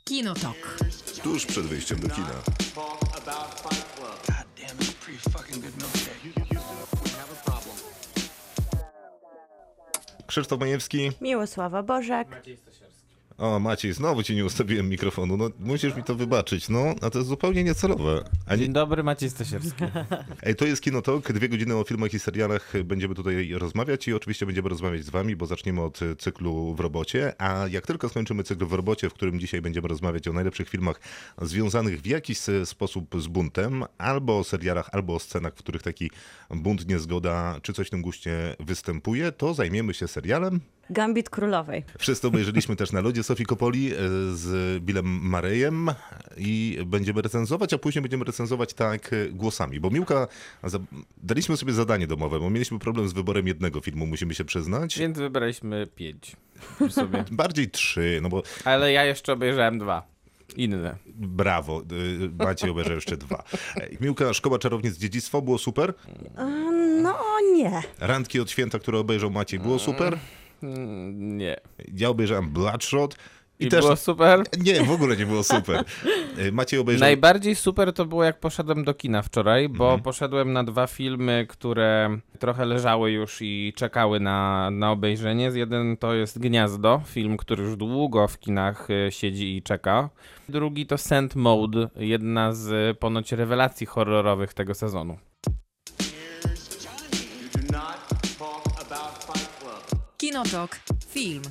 Kinotok. Tuż przed wyjściem do kina. Krzysztof Majewski. Miłosława Bożek. O, Maciej, znowu ci nie ustawiłem mikrofonu. No, musisz mi to wybaczyć, no, a to jest zupełnie niecelowe. Dzień dobry, Maciej Stasierski. Ej, to jest Kinotok, 2 godziny o filmach i serialach będziemy tutaj rozmawiać i oczywiście będziemy rozmawiać z wami, bo zaczniemy od cyklu w robocie, a jak tylko skończymy cykl w robocie, w którym dzisiaj będziemy rozmawiać o najlepszych filmach związanych w jakiś sposób z buntem, albo o serialach, albo o scenach, w których taki bunt, niezgoda, czy coś w tym guście występuje, to zajmiemy się serialem Gambit Królowej. Wszyscy obejrzeliśmy też Na lodzie Sofii Coppoli z Billem Murrayem i będziemy recenzować, a później będziemy recenzować tak głosami. Bo Miłka, daliśmy sobie zadanie domowe, bo mieliśmy problem z wyborem jednego filmu, musimy się przyznać. Więc wybraliśmy 5 sobie. Bardziej 3, no bo... Ale ja jeszcze obejrzałem 2. Inne. Brawo, Maciej obejrzał jeszcze 2. Miłka, Szkoła Czarownic Dziedzictwo, było super? No nie. Randki od święta, które obejrzał Maciej, było super? Nie. Ja obejrzałem Bloodshot. I też było super? Nie, w ogóle nie było super. Maciej obejrzał... Najbardziej super to było, jak poszedłem do kina wczoraj, bo poszedłem na 2 filmy, które trochę leżały już i czekały na obejrzenie. Jeden to jest Gniazdo, film, który już długo w kinach siedzi i czeka. Drugi to Scent Mode, jedna z ponoć rewelacji horrorowych tego sezonu. Kinotok. Film.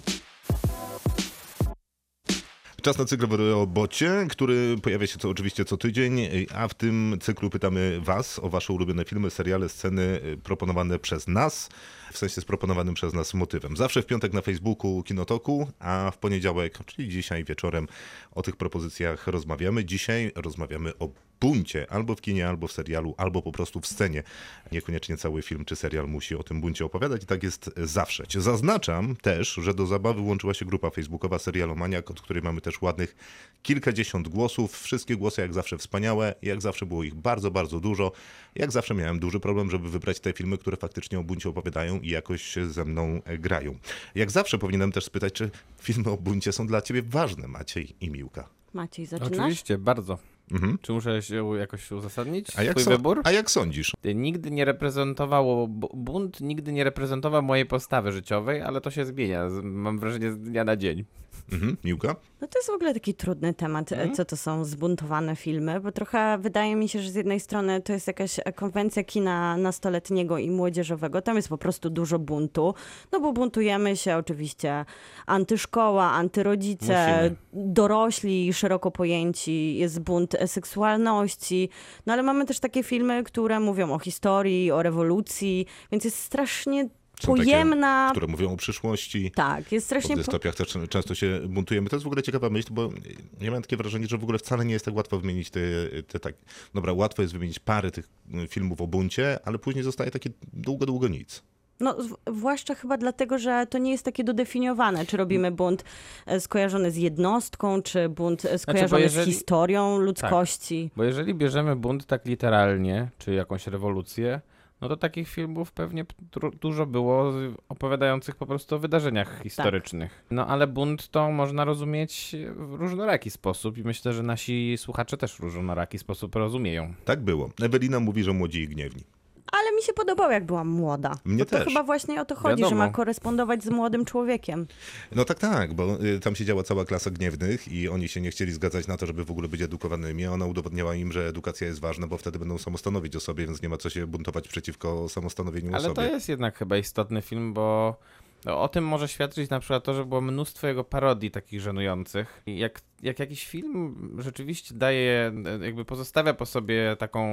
Czas na cykl w robocie, który pojawia się oczywiście co tydzień, a w tym cyklu pytamy was o wasze ulubione filmy, seriale, sceny proponowane przez nas, w sensie sproponowanym przez nas motywem. Zawsze w piątek na Facebooku Kinotoku, a w poniedziałek, czyli dzisiaj wieczorem o tych propozycjach rozmawiamy. Dzisiaj rozmawiamy o buncie, albo w kinie, albo w serialu, albo po prostu w scenie. Niekoniecznie cały film czy serial musi o tym buncie opowiadać i tak jest zawsze. Zaznaczam też, że do zabawy włączyła się grupa facebookowa Serialomaniak, od której mamy też ładnych kilkadziesiąt głosów. Wszystkie głosy jak zawsze wspaniałe, jak zawsze było ich bardzo, bardzo dużo. Jak zawsze miałem duży problem, żeby wybrać te filmy, które faktycznie o buncie opowiadają i jakoś ze mną grają. Jak zawsze powinienem też spytać, czy filmy o buncie są dla ciebie ważne, Maciej i Miłka? Maciej, zaczynasz? Oczywiście, bardzo. Czy muszę się jakoś uzasadnić swój wybór? A jak sądzisz? Nigdy nie reprezentowało, bunt nigdy nie reprezentował mojej postawy życiowej, ale to się zmienia, mam wrażenie, z dnia na dzień. Miłka? No to jest w ogóle taki trudny temat, co to są zbuntowane filmy, bo trochę wydaje mi się, że z jednej strony to jest jakaś konwencja kina nastoletniego i młodzieżowego, tam jest po prostu dużo buntu, no bo buntujemy się oczywiście antyszkoła, antyrodzice, dorośli, szeroko pojęci, jest bunt seksualności, no ale mamy też takie filmy, które mówią o historii, o rewolucji, więc jest strasznie Są pojemna. Takie, które mówią o przyszłości. Tak, jest strasznie... W dystopiach też często się buntujemy. To jest w ogóle ciekawa myśl, bo ja mam takie wrażenie, że w ogóle wcale nie jest tak łatwo wymienić tak. Dobra, łatwo jest wymienić pary tych filmów o buncie, ale później zostaje takie długo nic. No, zwłaszcza chyba dlatego, że to nie jest takie dodefiniowane, czy robimy bunt skojarzony z jednostką, czy bunt skojarzony z historią ludzkości. Tak, bo jeżeli bierzemy bunt tak literalnie, czy jakąś rewolucję, no to takich filmów pewnie dużo było opowiadających po prostu o wydarzeniach historycznych. Tak. No ale bunt to można rozumieć w różnoraki sposób i myślę, że nasi słuchacze też w różnoraki sposób rozumieją. Tak było. Ewelina mówi, że Młodzi i Gniewni. Ale mi się podobał, jak byłam młoda. Mnie to też. Chyba właśnie o to chodzi, Wiadomo. że ma korespondować z młodym człowiekiem. No tak, bo tam siedziała cała klasa gniewnych i oni się nie chcieli zgadzać na to, żeby w ogóle być edukowanymi. Ona udowodniała im, że edukacja jest ważna, bo wtedy będą samostanowić o sobie, więc nie ma co się buntować przeciwko samostanowieniu o sobie. Ale to jest jednak chyba istotny film, bo o tym może świadczyć na przykład to, że było mnóstwo jego parodii takich żenujących. Jak jakiś film rzeczywiście daje, jakby pozostawia po sobie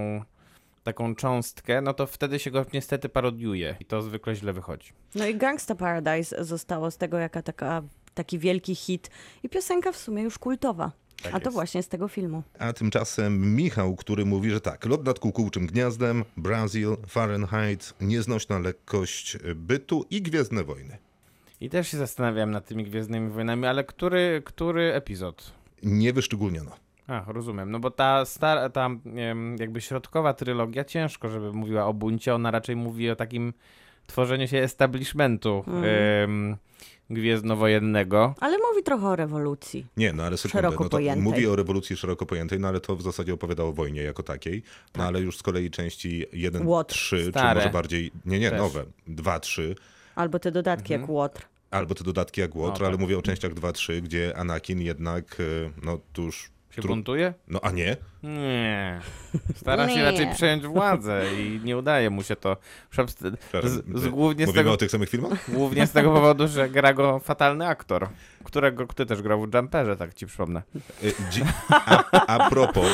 taką cząstkę, no to wtedy się go niestety parodiuje i to zwykle źle wychodzi. No i Gangsta Paradise zostało z tego taki wielki hit i piosenka w sumie już kultowa. Tak A to jest. właśnie z tego filmu. A tymczasem Michał, który mówi, że tak, Lot nad kukułczym gniazdem, Brazil, Fahrenheit, Nieznośna lekkość bytu i Gwiezdne Wojny. I też się zastanawiałem nad tymi Gwiezdnymi Wojnami, ale który epizod? Nie wyszczególniono. Rozumiem, no bo ta jakby środkowa trylogia ciężko, żeby mówiła o buncie, ona raczej mówi o takim tworzeniu się establishmentu gwiezdnowojennego. Ale mówi trochę o rewolucji. Nie, no ale sekundę, Szeroko no to pojętej. mówi o rewolucji szeroko pojętej, no ale to w zasadzie opowiada o wojnie jako takiej. No ale już z kolei części 1, Łotr. 3, czy Stare. może bardziej, nie, Też. nowe, 2, 3, Albo te dodatki jak Łotr. albo te dodatki jak Łotr, No, ale tak. mówię o częściach 2, 3, gdzie Anakin jednak, no tuż... Się buntuje? No a nie? Nie. Stara się Nie. raczej przejąć władzę i nie udaje mu się to. Głównie, z Mówimy tego, o tych samych filmach? głównie z tego powodu, że gra go fatalny aktor, którego ty też grał w Jumperze, tak ci przypomnę. A propos,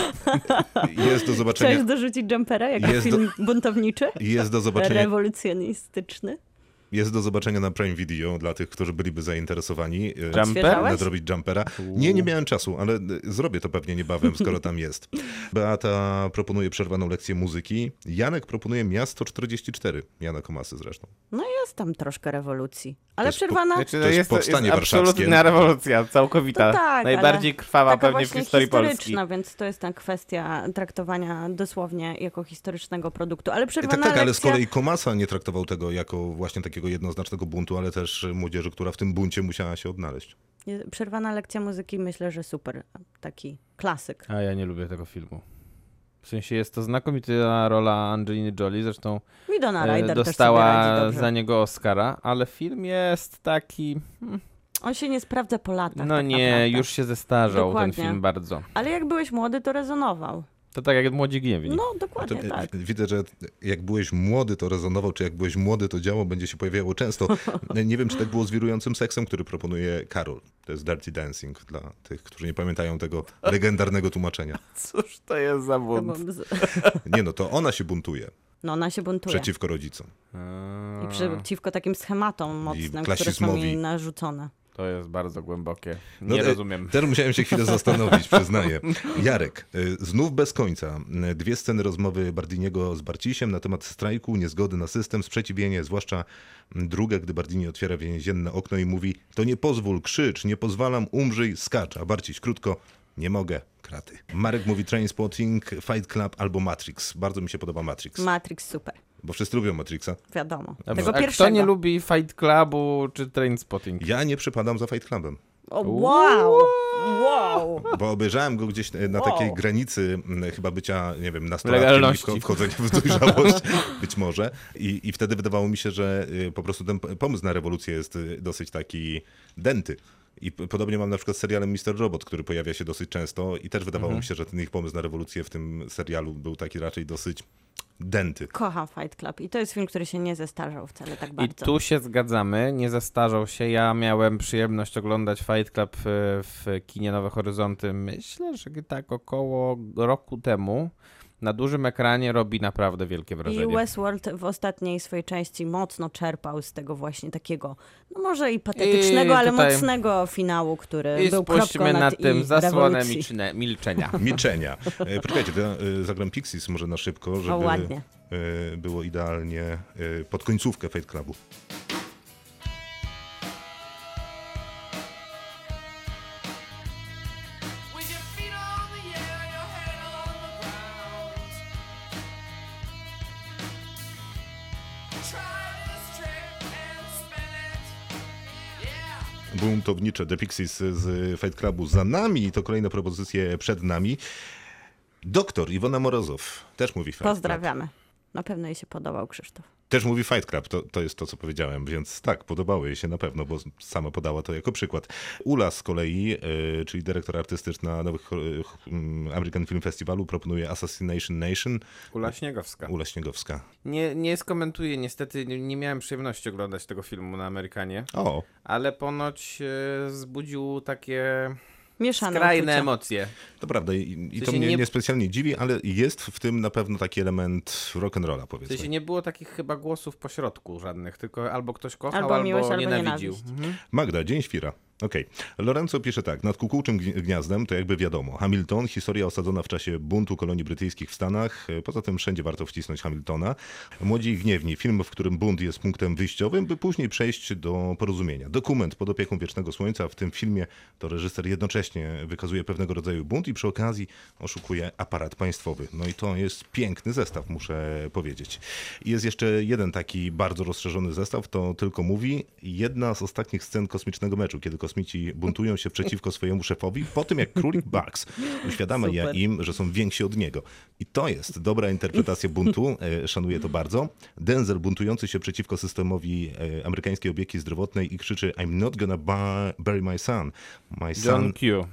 jest do zobaczenia... Chcesz dorzucić Jumpera jako Jest film buntowniczy? Jest do zobaczenia... Rewolucjonistyczny? Jest do zobaczenia na Prime Video dla tych, którzy byliby zainteresowani. Jumper? Odświeżałeś? Nadrobić Jumpera. Nie miałem czasu, ale zrobię to pewnie niebawem, skoro tam jest. Beata proponuje przerwaną lekcję muzyki. Janek proponuje Miasto 44. Jana Komasy zresztą. No jest tam troszkę rewolucji. Ale jest przerwana... Znaczy, To jest powstanie warszawskie. absolutna rewolucja, całkowita. To tak, Najbardziej ale krwawa taka pewnie w właśnie historii Polski. historyczna, więc to jest ta kwestia traktowania dosłownie jako historycznego produktu. Ale przerwana Tak, ale z lekcja... kolei Komasa nie traktował tego jako właśnie takiego jednoznacznego buntu, ale też młodzieży, która w tym buncie musiała się odnaleźć. Przerwana lekcja muzyki, myślę, że super. Taki klasyk. A ja nie lubię tego filmu. W sensie jest to znakomita rola Angeliny Jolie, zresztą Winona Ryder też sobie dostała radzi dobrze. za niego Oscara, ale film jest taki... On się nie sprawdza po latach. No tak nie, naprawdę. już się zestarzał Dokładnie. ten film bardzo. Ale jak byłeś młody, to rezonował. To tak jak Młodzi Gniewni. No, To, dokładnie tak. Widzę, że jak byłeś młody, to rezonował, czy jak byłeś młody, to działo będzie się pojawiało często. Nie wiem, czy tak było z wirującym seksem, który proponuje Karol. To jest Dirty Dancing dla tych, którzy nie pamiętają tego legendarnego tłumaczenia. Cóż to jest za bunt? Nie no, to ona się buntuje No, ona się buntuje. przeciwko rodzicom. I przeciwko takim schematom mocnym, które są klasizmowi. jej narzucone. To jest bardzo głębokie. No, Nie rozumiem. Też musiałem się chwilę zastanowić, przyznaję. Jarek, znów bez końca. 2 sceny rozmowy Bardiniego z Barcisiem na temat strajku, niezgody na system, sprzeciwienie, zwłaszcza druga, gdy Bardini otwiera więzienne okno i mówi: to nie pozwól, krzycz, nie pozwalam, umrzyj, skacz. A Barciś krótko: nie mogę, kraty. Marek mówi Trainspotting, Fight Club albo Matrix. Bardzo mi się podoba Matrix, Matrix super, bo wszyscy lubią Matrixa. wiadomo. Dobrze, Tego a pierwszego. kto nie lubi Fight Clubu czy Trainspotting? Ja nie przypadam za Fight Clubem. O, wow! Wow! Bo obejrzałem go gdzieś na Wow. takiej granicy chyba bycia, nie wiem, nastolatkiem Legalności. i wchodzenia w dojrzałość, być może. I wtedy wydawało mi się, że po prostu ten pomysł na rewolucję jest dosyć taki dęty. I podobnie mam na przykład z serialem Mr. Robot, który pojawia się dosyć często i też wydawało mi się, że ten ich pomysł na rewolucję w tym serialu był taki raczej dosyć dęty. Kocham Fight Club i to jest film, który się nie zestarzał wcale tak I bardzo. tu się zgadzamy, nie zestarzał się. Ja miałem przyjemność oglądać Fight Club w kinie Nowe Horyzonty. Myślę, że tak około roku temu. Na dużym ekranie robi naprawdę wielkie I wrażenie. Westworld w ostatniej swojej części mocno czerpał z tego właśnie takiego, no może i patetycznego, I ale tutaj- mocnego finału, który I był spuśćmy kropką nad nad tym i zasłonę rewolucji. milczenia. Milczenia. Poczekajcie, to ja zagram Pixies może na szybko, żeby ładnie. było idealnie pod końcówkę Fight Clubu. With your feet on the air, your head on the ground. Try this trick and spin it. Yeah. Buntownicze The Pixies z Fight Clubu za nami i to kolejne propozycje przed nami. Doktor Iwona Morozow też mówi Fight Club. Pozdrawiamy. Na pewno jej się podobał Krzysztof. Też mówi Fight Club, to jest to, co powiedziałem, więc tak, podobało jej się na pewno, bo sama podała to jako przykład. Ula z kolei, czyli dyrektor artystyczna nowych American Film Festivalu, proponuje Assassination Nation. Ula Śniegowska. Ula Śniegowska. Nie skomentuję, niestety nie miałem przyjemności oglądać tego filmu na Amerykanie, O, ale ponoć zbudził takie Mieszane skrajne uczucia. emocje. to prawda i W to sensie mnie nie- niespecjalnie dziwi, ale jest w tym na pewno taki element rock'n'rolla, W powiedzmy. sensie nie było takich chyba głosów pośrodku żadnych, tylko albo ktoś kochał, Albo albo, miłość, albo nienawidził. nienawiść. Mhm. Magda, Dzień Świra. Okej. Lorenzo pisze tak. Nad kukułczym gniazdem to jakby wiadomo. Hamilton, historia osadzona w czasie buntu kolonii brytyjskich w Stanach. Poza tym wszędzie warto wcisnąć Hamiltona. Młodzi i gniewni. Film, w którym bunt jest punktem wyjściowym, by później przejść do porozumienia. Dokument pod opieką Wiecznego Słońca. W tym filmie to reżyser jednocześnie wykazuje pewnego rodzaju bunt i przy okazji oszukuje aparat państwowy. No i to jest piękny zestaw, muszę powiedzieć. I jest jeszcze jeden taki bardzo rozszerzony zestaw, to tylko mówi. Jedna z ostatnich scen kosmicznego meczu, kiedy kosmici buntują się przeciwko swojemu szefowi, po tym jak królik Bugs uświadamia Super. im, że są więksi od niego. I to jest dobra interpretacja buntu, szanuję to bardzo. Denzel buntujący się przeciwko systemowi amerykańskiej opieki zdrowotnej i krzyczy I'm not gonna bury my son. My son... John Q.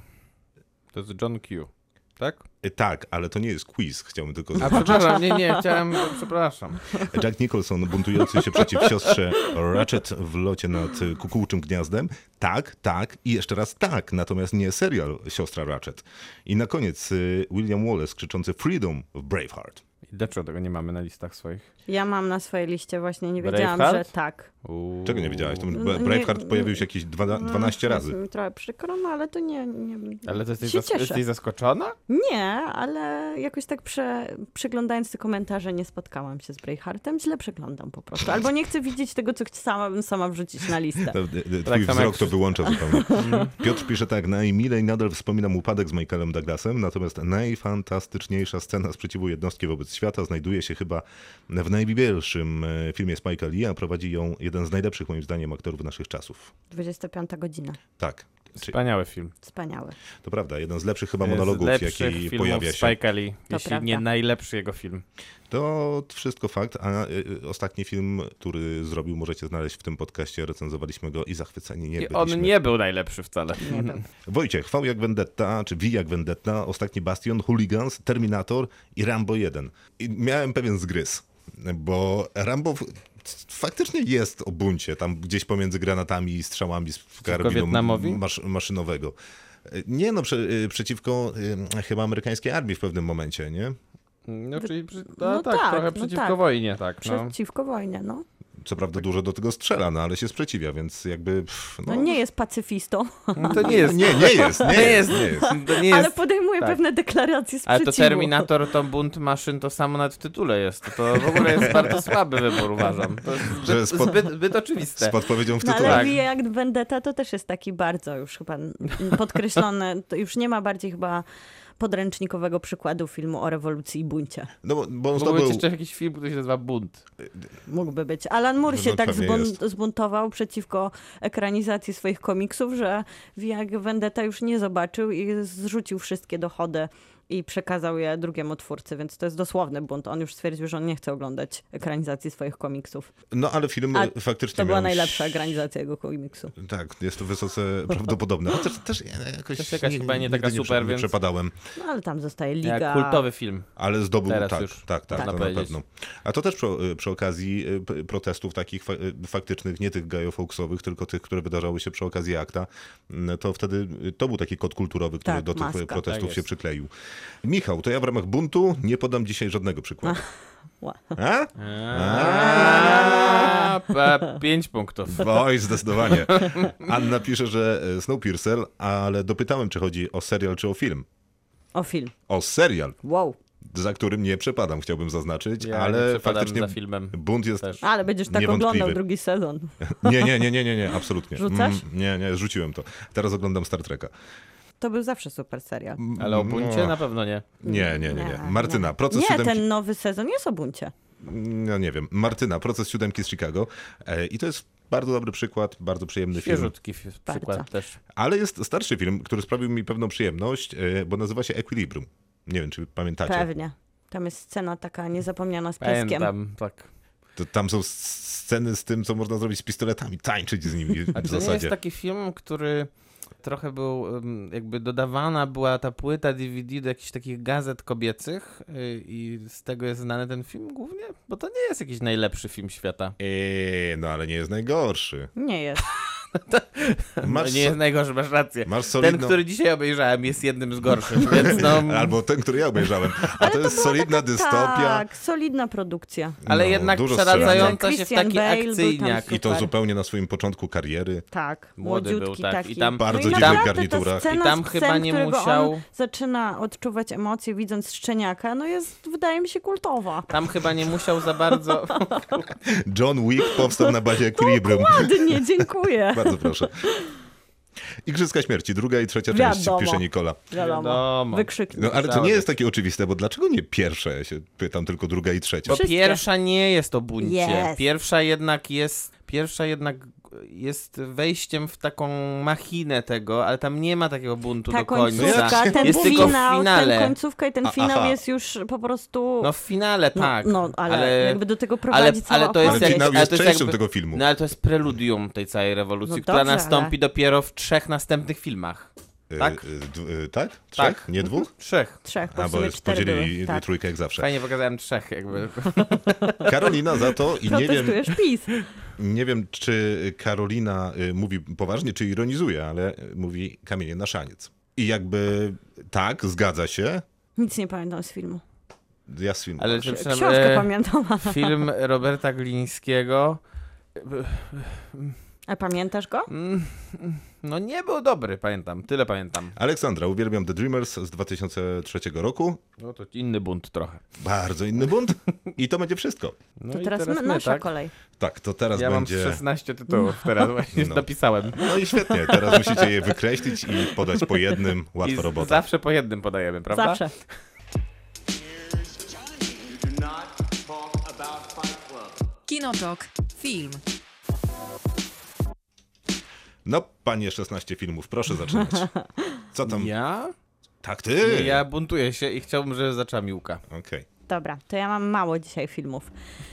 To jest John Q. Tak? Tak, ale to nie jest quiz, chciałbym tylko A przepraszam, nie, chciałem, przepraszam. Jack Nicholson buntujący się przeciw siostrze Ratchet w locie nad kukułczym gniazdem. Tak i jeszcze raz tak, natomiast nie serial Siostra Ratchet. I na koniec William Wallace krzyczący Freedom w Braveheart. I dlaczego tego nie mamy na listach swoich? Ja mam na swojej liście właśnie, nie wiedziałam, Braveheart? że tak. Czego nie wiedziałaś? To No, Braveheart nie- pojawił się jakieś 12 razy. Jest mi trochę przykro, no ale to nie Ale to jesteś, się cieszę. jesteś zaskoczona? Nie, ale jakoś tak przeglądając te komentarze nie spotkałam się z Braveheartem. Źle przeglądam po prostu. Albo nie chcę widzieć tego, co chciałabym sama wrzucić na listę. Twój samo wzrok jak to wszyscy. wyłącza zupełnie. Piotr pisze tak, najmilej nadal wspominam upadek z Michaelem Douglasem, natomiast najfantastyczniejsza scena sprzeciwu jednostki wobec świata znajduje się chyba w najwielszym filmie Spike'a Lee'a, a prowadzi ją jeden z najlepszych moim zdaniem aktorów naszych czasów. 25 godzina. Tak, Wspaniały film. Wspaniały. to prawda, jeden z lepszych chyba Z monologów, lepszych jaki filmów pojawia się. Spike'a Lee, jeśli prawda. nie najlepszy jego film. To wszystko fakt, a ostatni film, który zrobił, możecie znaleźć w tym podcaście, recenzowaliśmy go i zachwyceni nie I byliśmy. on nie był najlepszy wcale. Nie wiem. Wojciech, V jak Vendetta, czy V jak Vendetta, Ostatni Bastion, Hooligans, Terminator i Rambo 1. I miałem pewien zgryz, bo Rambo faktycznie jest o buncie, tam gdzieś pomiędzy granatami i strzałami z karabinu Wietnamowi? maszynowego. Nie no, przeciwko chyba amerykańskiej armii w pewnym momencie, nie? No, czyli No tak, tak, trochę no przeciwko tak. wojnie, tak. No. Przeciwko wojnie, no. Co prawda dużo do tego strzela, no ale się sprzeciwia, więc jakby... No nie jest pacyfistą, No to nie jest. Nie jest. To nie jest. To nie jest. ale podejmuje tak. pewne deklaracje Ale sprzeciwu. to Terminator, to bunt maszyn, to samo nawet w tytule jest. To w ogóle jest bardzo słaby wybór, uważam. To jest Że zbyt oczywiste. Z podpowiedzią w No tytule. ale Tak. V jak Vendetta to też jest taki bardzo już chyba podkreślone. To już nie ma bardziej chyba podręcznikowego przykładu filmu o rewolucji i buncie. No bo on Mógł być zdobył... jeszcze jakiś film, który się nazywa Bunt. Mógłby być. Alan Moore się No, tak pewnie jest. zbuntował przeciwko ekranizacji swoich komiksów, że V jak Vendetta już nie zobaczył i zrzucił wszystkie dochody i przekazał je drugiemu twórcy, więc to jest dosłowny bunt. On już stwierdził, że on nie chce oglądać ekranizacji swoich komiksów. No ale film A faktycznie To była miał... najlepsza ekranizacja jego komiksu. Tak, jest to wysoce prawdopodobne. Ale też jakoś Też jakaś chyba nie taka nigdy super, nie więc- przepadałem. No ale tam zostaje Liga. Jak kultowy film. Ale zdobył, Teraz tak, już tak, można to na powiedzieć. pewno. A to też przy okazji protestów takich faktycznych, nie tych gajofoksowych, tylko tych, które wydarzały się przy okazji akta, to wtedy to był taki kod kulturowy, który Tak, do tych maska. protestów Tak się jest. przykleił. Michał, to ja w ramach buntu nie podam dzisiaj żadnego przykładu. Ła. A? 5 punktów. Oj, zdecydowanie. Anna pisze, że Snowpiercer, ale dopytałem, czy chodzi o serial, czy o film. O film. O serial, Wow. za którym nie przepadam, chciałbym zaznaczyć, Ja ale nie przepadam faktycznie za filmem. bunt jest... Też. Ale będziesz tak Niewątpliwy. oglądał drugi sezon. Nie, absolutnie. Rzucasz? Nie, rzuciłem to. Teraz oglądam Star Treka. To był zawsze super serial. Ale o buncie na pewno nie. Nie. Martyna, proces Nie, siódemki... ten nowy sezon jest o buncie. No nie wiem. Martyna, proces siódemki z Chicago. I to jest bardzo dobry przykład, bardzo przyjemny film. Świeżutki przykład Bardzo. też. Ale jest starszy film, który sprawił mi pewną przyjemność, bo nazywa się Equilibrium. Nie wiem, czy pamiętacie. Pewnie. Tam jest scena taka niezapomniana z pieskiem. Pamiętam, tak. Tam są sceny z tym, co można zrobić z pistoletami, tańczyć z nimi A w czy to nie jest zasadzie. taki film, który trochę był, jakby dodawana była ta płyta DVD do jakichś takich gazet kobiecych i z tego jest znany ten film głównie? Bo to nie jest jakiś najlepszy film świata. No ale nie jest najgorszy. Nie jest. Masz nie jest najgorszy, masz rację. masz Ten, solidną... który dzisiaj obejrzałem, jest jednym z gorszych, więc no... Albo ten, który ja obejrzałem. A to jest solidna dystopia. Tak, solidna produkcja. Ale No, jednak dużo przeradzająca się w Christian taki Bale był tam akcyjniak. I to super. zupełnie na swoim początku kariery. Tak, Młody był, młodziutki tak. taki. I tam Bardzo i dziwnych naprawdę garniturach. Ta scena I tam z chyba psem, nie którego musiał- on zaczyna odczuwać emocje widząc szczeniaka, no jest, wydaje mi się, kultowa. Tam chyba nie musiał za bardzo... John Wick powstał na bazie Equilibrium. Ładnie, dziękuję. Bardzo proszę. Igrzyska Śmierci, druga i trzecia część, Wiadomo. pisze Nikola. Wiadomo. Wykrzyknik. No ale to nie jest takie oczywiste, bo dlaczego nie pierwsze? Ja się pytam, tylko druga i trzecia. Bo Wszystkie. pierwsza nie jest o buncie. Jest. Pierwsza jednak jest wejściem w taką machinę tego, ale tam nie ma takiego buntu Ta do końca. końcówka, ten jest tylko w finał, finale. ten końcówka i ten finał aha. jest już po prostu... No w finale tak. No, ale jakby do tego prowadzi ale cała to jest Ale opowieść. finał ale jest to jest częścią jakby- tego filmu. No ale to jest preludium tej całej rewolucji, No która dobrze, nastąpi ale- dopiero w 3 następnych filmach. tak? Tak? Trzech? Tak. Nie dwóch? 3. Trzech, bo A, w bo sumie już 4 podzielili były. Tak. trójkę jak zawsze. Fajnie pokazałem 3 jakby. Karolina za to i Protestujesz PiS. nie wiem, czy Karolina mówi poważnie, czy ironizuje, ale mówi kamienie na szaniec. I jakby tak, zgadza się. Nic nie pamiętam z filmu. Ja z filmu. Ale Książkę pamiętam. film Roberta Glińskiego A pamiętasz go? no nie był dobry, pamiętam. Tyle pamiętam. Aleksandra, uwielbiam The Dreamers z 2003 roku. No to inny bunt trochę. Bardzo inny bunt. I to będzie wszystko. No To i teraz my, nasza tak? kolej. Tak, to teraz Ja będzie... mam 16 tytułów teraz właśnie No. napisałem. No i świetnie, teraz musicie je wykreślić i podać po jednym. Łatwa robota. Zawsze po jednym podajemy, prawda? Zawsze. Do not talk about Fight Club. Kinotok. Film. No, panie 16 filmów, proszę zaczynać. Co tam? Ja? Tak, ty! Nie, ja buntuję się i chciałbym, żeby zaczęła Miłka. Okej. Dobra, to ja mam mało dzisiaj filmów.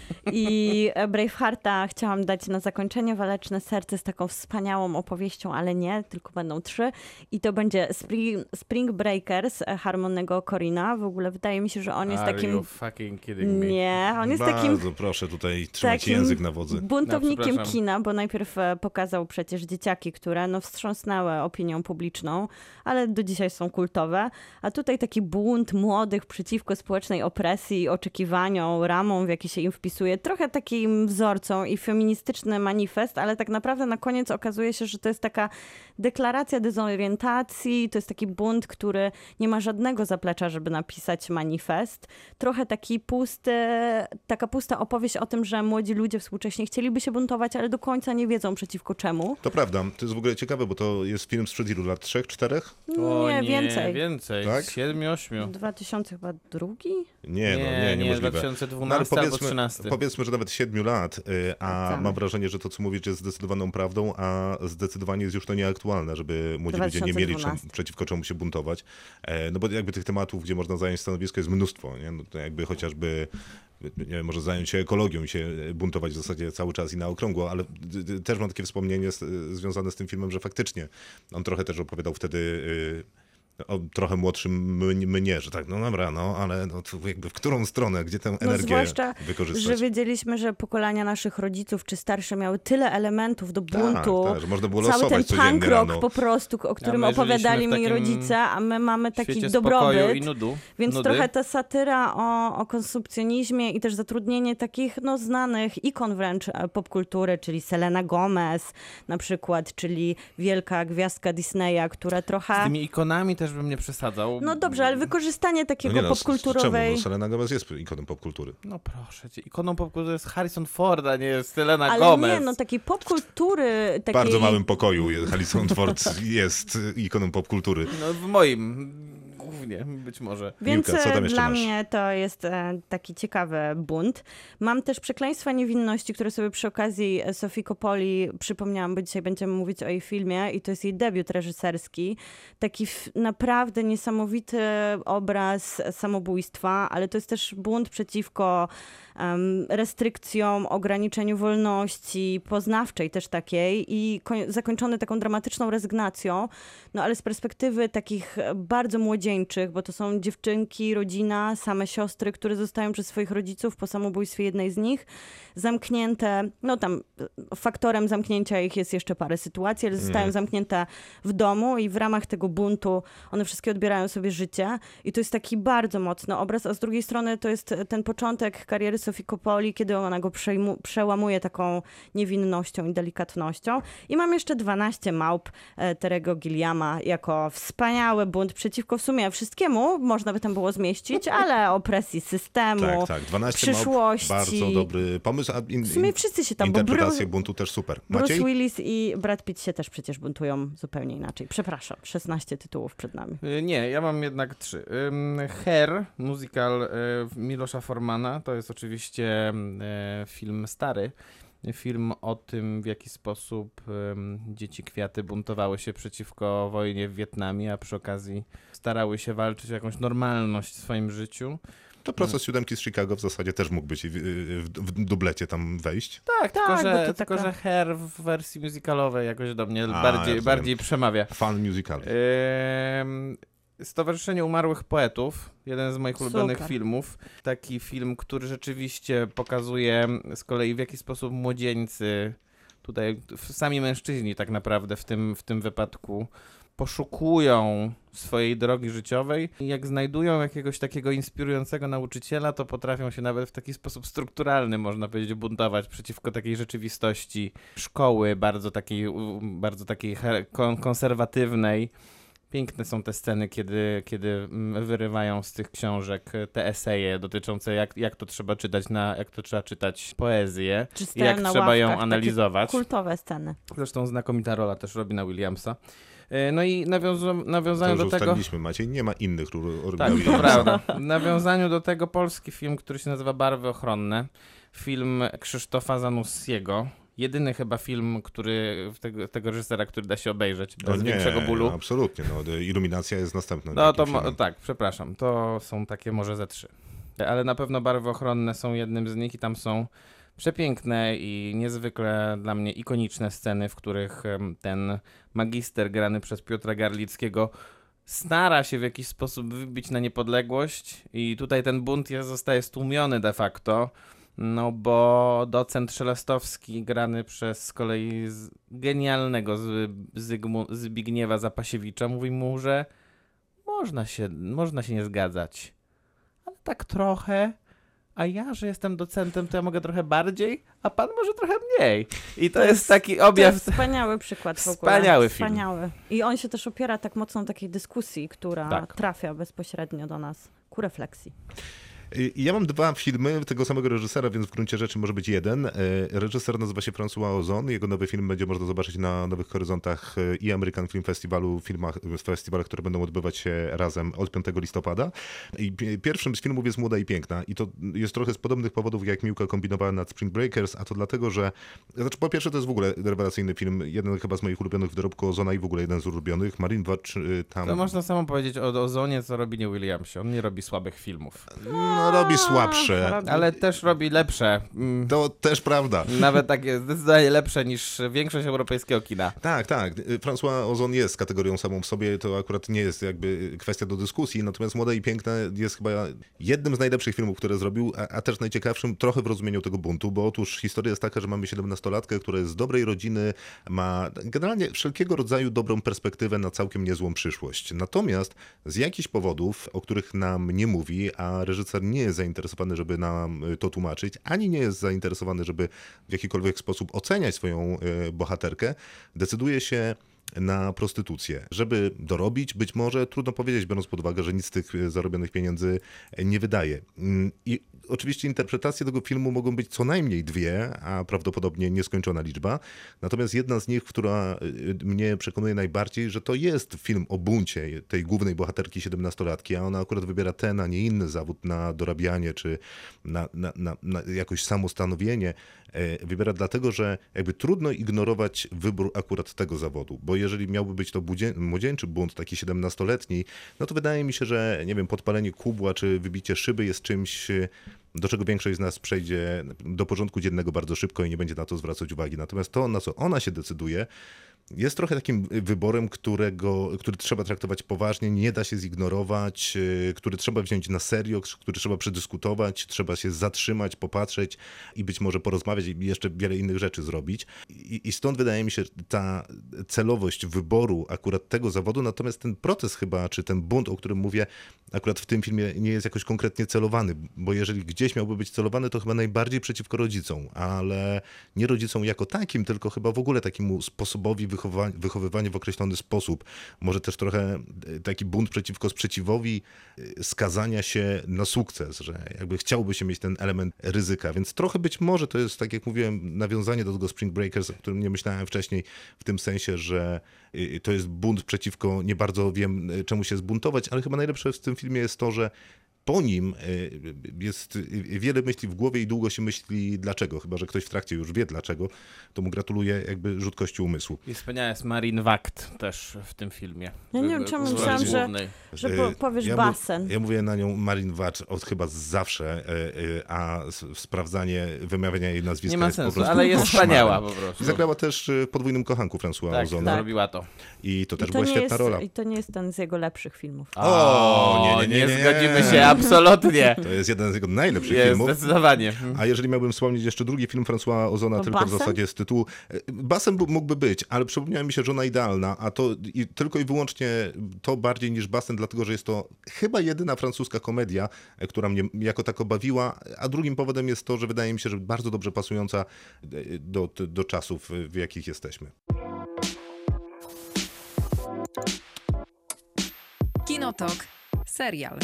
I Bravehearta chciałam dać na zakończenie. Waleczne serce z taką wspaniałą opowieścią, ale nie, tylko będą 3. I to będzie Spring Breakers Harmonego Corina. W ogóle wydaje mi się, że on jest Are takim... you fucking kidding me? Nie, on jest Bardzo takim proszę tutaj trzymać takim język na wodzy. buntownikiem przepraszam. kina, bo najpierw pokazał przecież Dzieciaki, które no wstrząsnęły opinią publiczną, ale do dzisiaj są kultowe. A tutaj taki bunt młodych przeciwko społecznej opresji, oczekiwaniom, ramom, w jakie się im wpisuje. Trochę takim wzorcą i feministyczny manifest, ale tak naprawdę na koniec okazuje się, że to jest taka deklaracja dezorientacji, to jest taki bunt, który nie ma żadnego zaplecza, żeby napisać manifest. Trochę taki taka pusta opowieść o tym, że młodzi ludzie współcześnie chcieliby się buntować, ale do końca nie wiedzą przeciwko czemu. To prawda, to jest w ogóle ciekawe, bo to jest film sprzed ilu lat? 3, 4? O, Nie, więcej. Więcej, Tak? 7, 8. 2002? Nie, niemożliwe. 2012 No, ale albo 2013. powiedzmy, że nawet 7 lat, a Tak. mam wrażenie, że to, co mówisz, jest zdecydowaną prawdą, a zdecydowanie jest już to nieaktualne, żeby młodzi ludzie nie mieli 2012. przeciwko czemu się buntować. No bo jakby tych tematów, gdzie można zająć stanowisko, jest mnóstwo. Nie? No to jakby chociażby, nie wiem, może zająć się ekologią i się buntować w zasadzie cały czas i na okrągło, ale też mam takie wspomnienie związane z tym filmem, że faktycznie on trochę też opowiadał wtedy o trochę młodszym mnie, że tak, no dobra, no ale no, to jakby w którą stronę, gdzie tę energię zwłaszcza, wykorzystać. że wiedzieliśmy, że pokolenia naszych rodziców czy starsze miały tyle elementów do buntu. Tak, że można było Cały ten losować codziennie punk rock rano. po prostu, o którym my żyliśmy opowiadali w mi takim rodzice, a my mamy taki Świecie spokoju dobrobyt. i nudu. Więc nudy. trochę ta satyra o konsumpcjonizmie i też zatrudnienie takich no, znanych ikon wręcz popkultury, czyli Selena Gomez na przykład, czyli wielka gwiazdka Disneya, która Z trochę... tymi ikonami też bym nie przesadzał. No dobrze, ale wykorzystanie takiego no, popkulturowej... Czemu? No, Selena Gomez jest ikoną popkultury. No proszę cię, ikoną popkultury jest Harrison Ford, a nie Selena Ale Gomez. nie, no takiej popkultury, W takiej... bardzo małym pokoju Harrison Ford jest ikoną popkultury. No w moim głównie, być może. Więc Miłka, co tam jeszcze dla masz? mnie to jest taki ciekawy bunt. Mam też Przekleństwa niewinności, które sobie przy okazji Sofii Coppoli przypomniałam, bo dzisiaj będziemy mówić o jej filmie i to jest jej debiut reżyserski. Taki naprawdę niesamowity obraz samobójstwa, ale to jest też bunt przeciwko restrykcjom, ograniczeniu wolności poznawczej też takiej i zakończony taką dramatyczną rezygnacją, no ale z perspektywy takich bardzo młodzieńczych zabójczych, bo to są dziewczynki, rodzina, same siostry, które zostają przez swoich rodziców po samobójstwie jednej z nich zamknięte, no tam faktorem zamknięcia ich jest jeszcze parę sytuacji, ale zostają zamknięte w domu i w ramach tego buntu one wszystkie odbierają sobie życie i to jest taki bardzo mocny obraz, a z drugiej strony to jest ten początek kariery Sofii Coppoli, kiedy ona go przełamuje taką niewinnością i delikatnością. I mam jeszcze 12 małp Terry'ego Gilliama jako wspaniały bunt przeciwko w sumie wszystkiemu, można by tam było zmieścić, ale opresji systemu, Tak, 12 przyszłości. małp, bardzo dobry pomysł, a W sumie wszyscy się tam, bo interpretacje buntu też super. Bruce Maciej? Willis i Brad Pitt się też przecież buntują zupełnie inaczej. Przepraszam, 16 tytułów przed nami. Nie, ja mam jednak 3. Hair, musical Milosza Formana, to jest oczywiście film stary. Film o tym, w jaki sposób dzieci kwiaty buntowały się przeciwko wojnie w Wietnamie, a przy okazji starały się walczyć o jakąś normalność w swoim życiu. To proces siódemki z Chicago w zasadzie też mógł być w dublecie tam wejść. Tak, Tak, bo to tylko taka- że Hair w wersji musicalowej jakoś do mnie ja bardziej przemawia. Fan musical. Stowarzyszenie Umarłych Poetów, jeden z moich ulubionych Super. filmów. Taki film, który rzeczywiście pokazuje z kolei w jaki sposób młodzieńcy, tutaj sami mężczyźni tak naprawdę w tym wypadku, poszukują swojej drogi życiowej i jak znajdują jakiegoś takiego inspirującego nauczyciela, to potrafią się nawet w taki sposób strukturalny, można powiedzieć, buntować przeciwko takiej rzeczywistości szkoły, bardzo takiej konserwatywnej. Piękne są te sceny, kiedy wyrywają z tych książek te eseje dotyczące jak to trzeba czytać, jak to trzeba czytać poezję Czy i sceny jak na trzeba ją ławkach, analizować. takie kultowe sceny. Zresztą znakomita rola też Robina Williamsa. No i nawiązaniu To do już tego... ustaliliśmy, Maciej, nie ma innych ról Tak, to Williamsa. prawda. W nawiązaniu do tego polski film, który się nazywa Barwy ochronne. Film Krzysztofa Zanussiego. Jedyny chyba film, tego reżysera, który da się obejrzeć bez większego bólu. Absolutnie, Iluminacja jest następnym No takim to filmem. tak, przepraszam, to są takie może ze 3. Ale na pewno Barwy ochronne są jednym z nich i tam są przepiękne i niezwykle dla mnie ikoniczne sceny, w których ten magister grany przez Piotra Garlickiego stara się w jakiś sposób wybić na niepodległość i tutaj ten bunt zostaje stłumiony de facto, no bo docent Szelestowski grany przez z kolei genialnego Zbigniewa Zapasiewicza mówi mu, że można się nie zgadzać, ale tak trochę, a ja, że jestem docentem, to ja mogę trochę bardziej, a pan może trochę mniej. I to jest taki To objaw. jest wspaniały przykład w ogóle. Wspaniały film. Wspaniały. I on się też opiera tak mocno na takiej dyskusji, która Tak. trafia bezpośrednio do nas ku refleksji. Ja mam 2 filmy tego samego reżysera, więc w gruncie rzeczy może być jeden. Reżyser nazywa się François Ozon. Jego nowy film będzie można zobaczyć na Nowych Horyzontach i American Film Festiwalu, festiwalach, które będą odbywać się razem od 5 listopada. I pierwszym z filmów jest Młoda i Piękna. I to jest trochę z podobnych powodów, jak Miłka kombinowała nad Spring Breakers, a to dlatego, że po pierwsze to jest w ogóle rewelacyjny film, jeden chyba z moich ulubionych w dorobku Ozona i w ogóle jeden z ulubionych. Marine Watch tam... To można samo powiedzieć o Ozonie, co robi nie Williamsie. On nie robi słabych filmów. robi słabsze. Ale też robi lepsze. To też prawda. Nawet takie zdecydowanie lepsze niż większość europejskiego kina. Tak. François Ozon jest kategorią samą w sobie, to akurat nie jest jakby kwestia do dyskusji, natomiast Młoda i Piękna jest chyba jednym z najlepszych filmów, które zrobił, a też najciekawszym trochę w rozumieniu tego buntu, bo otóż historia jest taka, że mamy 17-latkę, która jest z dobrej rodziny, ma generalnie wszelkiego rodzaju dobrą perspektywę na całkiem niezłą przyszłość. Natomiast z jakichś powodów, o których nam nie mówi, a reżyser nie jest zainteresowany, żeby nam to tłumaczyć, ani nie jest zainteresowany, żeby w jakikolwiek sposób oceniać swoją bohaterkę, decyduje się na prostytucję, żeby dorobić, być może, trudno powiedzieć, biorąc pod uwagę, że nic z tych zarobionych pieniędzy nie wydaje. I oczywiście interpretacje tego filmu mogą być co najmniej 2, a prawdopodobnie nieskończona liczba. Natomiast jedna z nich, która mnie przekonuje najbardziej, że to jest film o buncie tej głównej bohaterki 17-latki, a ona akurat wybiera ten, a nie inny zawód na dorabianie, czy na jakoś samostanowienie. Wybiera dlatego, że jakby trudno ignorować wybór akurat tego zawodu, bo jeżeli miałby być to młodzieńczy bunt, taki 17-letni, no to wydaje mi się, że nie wiem, podpalenie kubła czy wybicie szyby jest czymś, do czego większość z nas przejdzie do porządku dziennego bardzo szybko i nie będzie na to zwracać uwagi. Natomiast to, na co ona się decyduje, jest trochę takim wyborem, który trzeba traktować poważnie, nie da się zignorować, który trzeba wziąć na serio, który trzeba przedyskutować, trzeba się zatrzymać, popatrzeć i być może porozmawiać i jeszcze wiele innych rzeczy zrobić. I stąd wydaje mi się ta celowość wyboru akurat tego zawodu, natomiast ten proces chyba, czy ten bunt, o którym mówię, akurat w tym filmie nie jest jakoś konkretnie celowany, bo jeżeli gdzieś miałby być celowany, to chyba najbardziej przeciwko rodzicom, ale nie rodzicom jako takim, tylko chyba w ogóle takiemu sposobowi wychowywania w określony sposób. Może też trochę taki bunt przeciwko sprzeciwowi skazania się na sukces, że jakby chciałby się mieć ten element ryzyka, więc trochę być może to jest, tak jak mówiłem, nawiązanie do tego Spring Breakers, o którym nie myślałem wcześniej, w tym sensie, że to jest bunt przeciwko, nie bardzo wiem czemu się zbuntować, ale chyba najlepsze w tym filmie jest to, że po nim jest wiele myśli w głowie i długo się myśli dlaczego, chyba że ktoś w trakcie już wie dlaczego, to mu gratuluję jakby rzutkości umysłu. I wspaniała jest Marin Wacht też w tym filmie. Ja nie wiem, czemu myślałam, że powiesz basen. Ja mówię na nią Marin Wacht od chyba zawsze, a sprawdzanie, wymawiania jej nazwiska nie ma jest sensu, po prostu ale jest koszmarem. wspaniała po prostu. Zagrała też w Podwójnym kochanku François Tak, Ozona. zrobiła to. I to też była świetna rola. I to nie jest ten z jego lepszych filmów. Nie zgodzimy się absolutnie. To jest jeden z jego najlepszych Jest, filmów. zdecydowanie. A jeżeli miałbym wspomnieć jeszcze drugi film François Ozona, To tylko w Basen? zasadzie z tytułu. Basen mógłby być, ale przypomniała mi się Żona idealna, a to tylko i wyłącznie to bardziej niż Basen, dlatego że jest to chyba jedyna francuska komedia, która mnie jako tako bawiła, a drugim powodem jest to, że wydaje mi się, że bardzo dobrze pasująca do czasów, w jakich jesteśmy. Kinotok. Serial.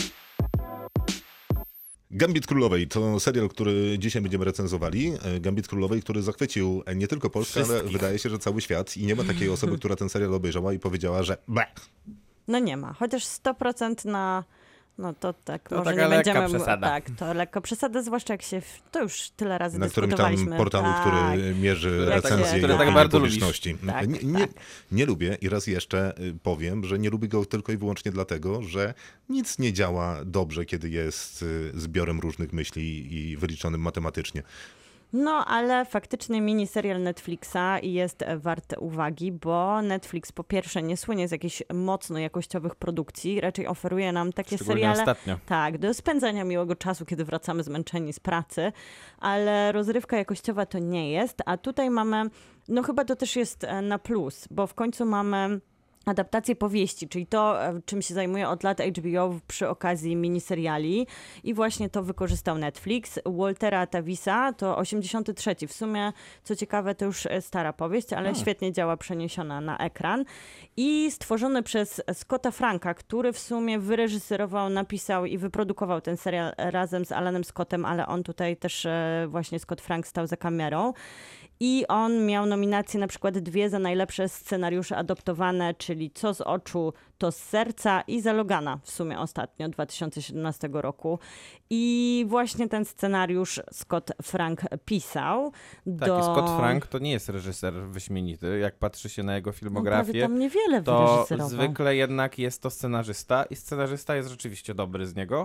Gambit Królowej to serial, który dzisiaj będziemy recenzowali. Gambit Królowej, który zachwycił nie tylko Polskę, ale wydaje się, że cały świat. I nie ma takiej osoby, która ten serial obejrzała i powiedziała, że No nie ma, chociaż 100% na... No to tak, To może taka nie lekka będziemy... przesada. Tak, to lekko przesada, zwłaszcza jak się... To już tyle razy na którymś tam dyskutowaliśmy. portalu, tak. który mierzy Jak recenzje się- i które tak opinię bardzo publiczności. Tak, Nie lubię i raz jeszcze powiem, że nie lubię go tylko i wyłącznie dlatego, że nic nie działa dobrze, kiedy jest zbiorem różnych myśli i wyliczonym matematycznie. No, ale faktycznie miniserial Netflixa i jest wart uwagi, bo Netflix po pierwsze nie słynie z jakichś mocno jakościowych produkcji, raczej oferuje nam takie Szczególnie seriale ostatnio. tak, do spędzania miłego czasu, kiedy wracamy zmęczeni z pracy, ale rozrywka jakościowa to nie jest, a tutaj mamy, no chyba to też jest na plus, bo w końcu mamy adaptację powieści, czyli to, czym się zajmuje od lat HBO przy okazji miniseriali i właśnie to wykorzystał Netflix. Waltera Tavisa to 83. W sumie, co ciekawe, to już stara powieść, ale świetnie działa przeniesiona na ekran i stworzony przez Scotta Franka, który w sumie wyreżyserował, napisał i wyprodukował ten serial razem z Alanem Scottem, ale on tutaj też właśnie Scott Frank stał za kamerą. I on miał nominacje na przykład 2 za najlepsze scenariusze adoptowane, czyli Co z oczu, to z serca i Za Logana w sumie ostatnio, 2017 roku. I właśnie ten scenariusz Scott Frank pisał. Tak, i Scott Frank to nie jest reżyser wyśmienity. Jak patrzy się na jego filmografię, Prawie tam niewiele to wyreżyserował. zwykle jednak jest to scenarzysta i scenarzysta jest rzeczywiście dobry z niego.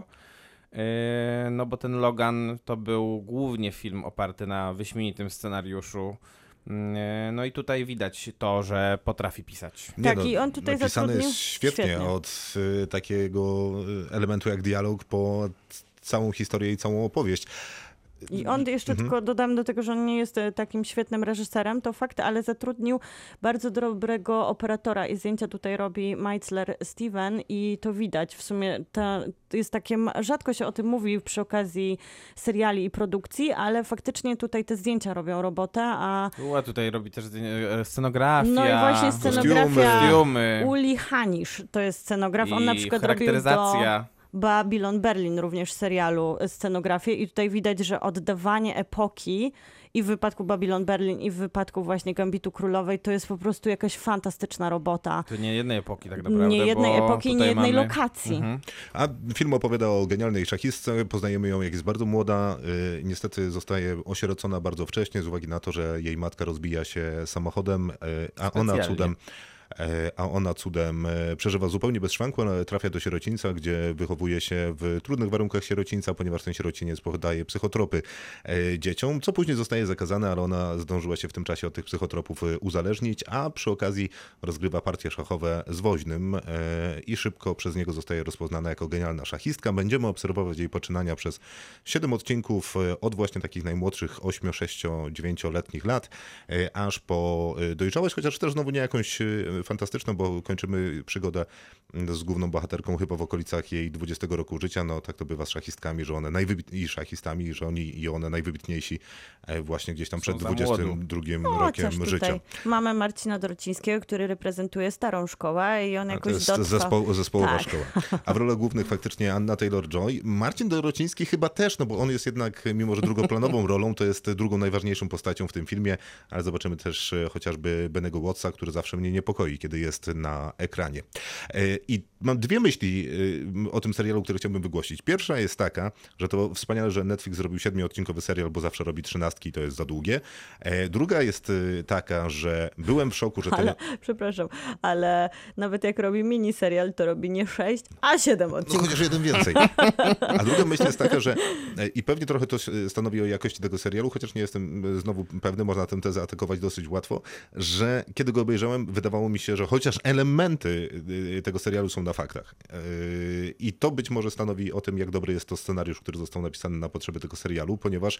No bo ten Logan to był głównie film oparty na wyśmienitym scenariuszu. No i tutaj widać to, że potrafi pisać. Tak, i on tutaj napisany zatrudnił- jest świetnie. Od takiego elementu jak dialog po całą historię i całą opowieść. I on jeszcze tylko dodam do tego, że on nie jest takim świetnym reżyserem, to fakt, ale zatrudnił bardzo dobrego operatora i zdjęcia tutaj robi Meitzler Steven i to widać. W sumie to jest takie, rzadko się o tym mówi przy okazji seriali i produkcji, ale faktycznie tutaj te zdjęcia robią robotę, a A tutaj robi też scenografia, no i właśnie scenografia kostiumy Uli Hanisz to jest scenograf. On na i przykład robił do charakteryzacja. Babylon Berlin również serialu scenografię i tutaj widać, że oddawanie epoki i w wypadku Babylon Berlin i w wypadku właśnie Gambitu Królowej to jest po prostu jakaś fantastyczna robota. To nie jednej epoki tak naprawdę. Nie jednej bo epoki, nie tutaj jednej mamy... lokacji. Mhm. A film opowiada o genialnej szachistce. Poznajemy ją, jak jest bardzo młoda. Niestety zostaje osierocona bardzo wcześnie z uwagi na to, że jej matka rozbija się samochodem, a ona Specjalnie. cudem a ona cudem przeżywa zupełnie bez szwanku, ale trafia do sierocińca, gdzie wychowuje się w trudnych warunkach sierocińca, ponieważ ten sierociniec podaje psychotropy dzieciom, co później zostaje zakazane, ale ona zdążyła się w tym czasie od tych psychotropów uzależnić, a przy okazji rozgrywa partie szachowe z woźnym i szybko przez niego zostaje rozpoznana jako genialna szachistka. Będziemy obserwować jej poczynania przez 7 odcinków od właśnie takich najmłodszych 8, 6, 9-letnich lat, aż po dojrzałość, chociaż też znowu nie jakąś fantastyczną, bo kończymy przygodę z główną bohaterką chyba w okolicach jej 20 roku życia. No tak to bywa z szachistkami, że one i szachistami, że oni i one najwybitniejsi właśnie gdzieś tam przed 22 rokiem Chociaż życia. tutaj mamy Marcina Dorocińskiego, który reprezentuje starą szkołę i on To jakoś jest dotrwa. zespołowa Tak. szkoła. A w rolach głównych faktycznie Anna Taylor-Joy. Marcin Dorociński chyba też, no bo on jest jednak, mimo że drugoplanową rolą, to jest drugą najważniejszą postacią w tym filmie, ale zobaczymy też chociażby Bennego Wattsa, który zawsze mnie niepokoi, kiedy jest na ekranie. I mam dwie myśli o tym serialu, które chciałbym wygłosić. Pierwsza jest taka, że to wspaniale, że Netflix zrobił 7-odcinkowy serial, bo zawsze robi 13 i to jest za długie. Druga jest taka, że byłem w szoku, że to... Przepraszam, ale nawet jak robi miniserial, to robi nie 6, a 7 No odcinków. chociaż jeden więcej. A druga myśl jest taka, że i pewnie trochę to stanowi o jakości tego serialu, chociaż nie jestem znowu pewny, można tę tezę atakować dosyć łatwo, że kiedy go obejrzałem, wydawało mi się, że chociaż elementy tego serialu są na faktach. I to być może stanowi o tym, jak dobry jest to scenariusz, który został napisany na potrzeby tego serialu, ponieważ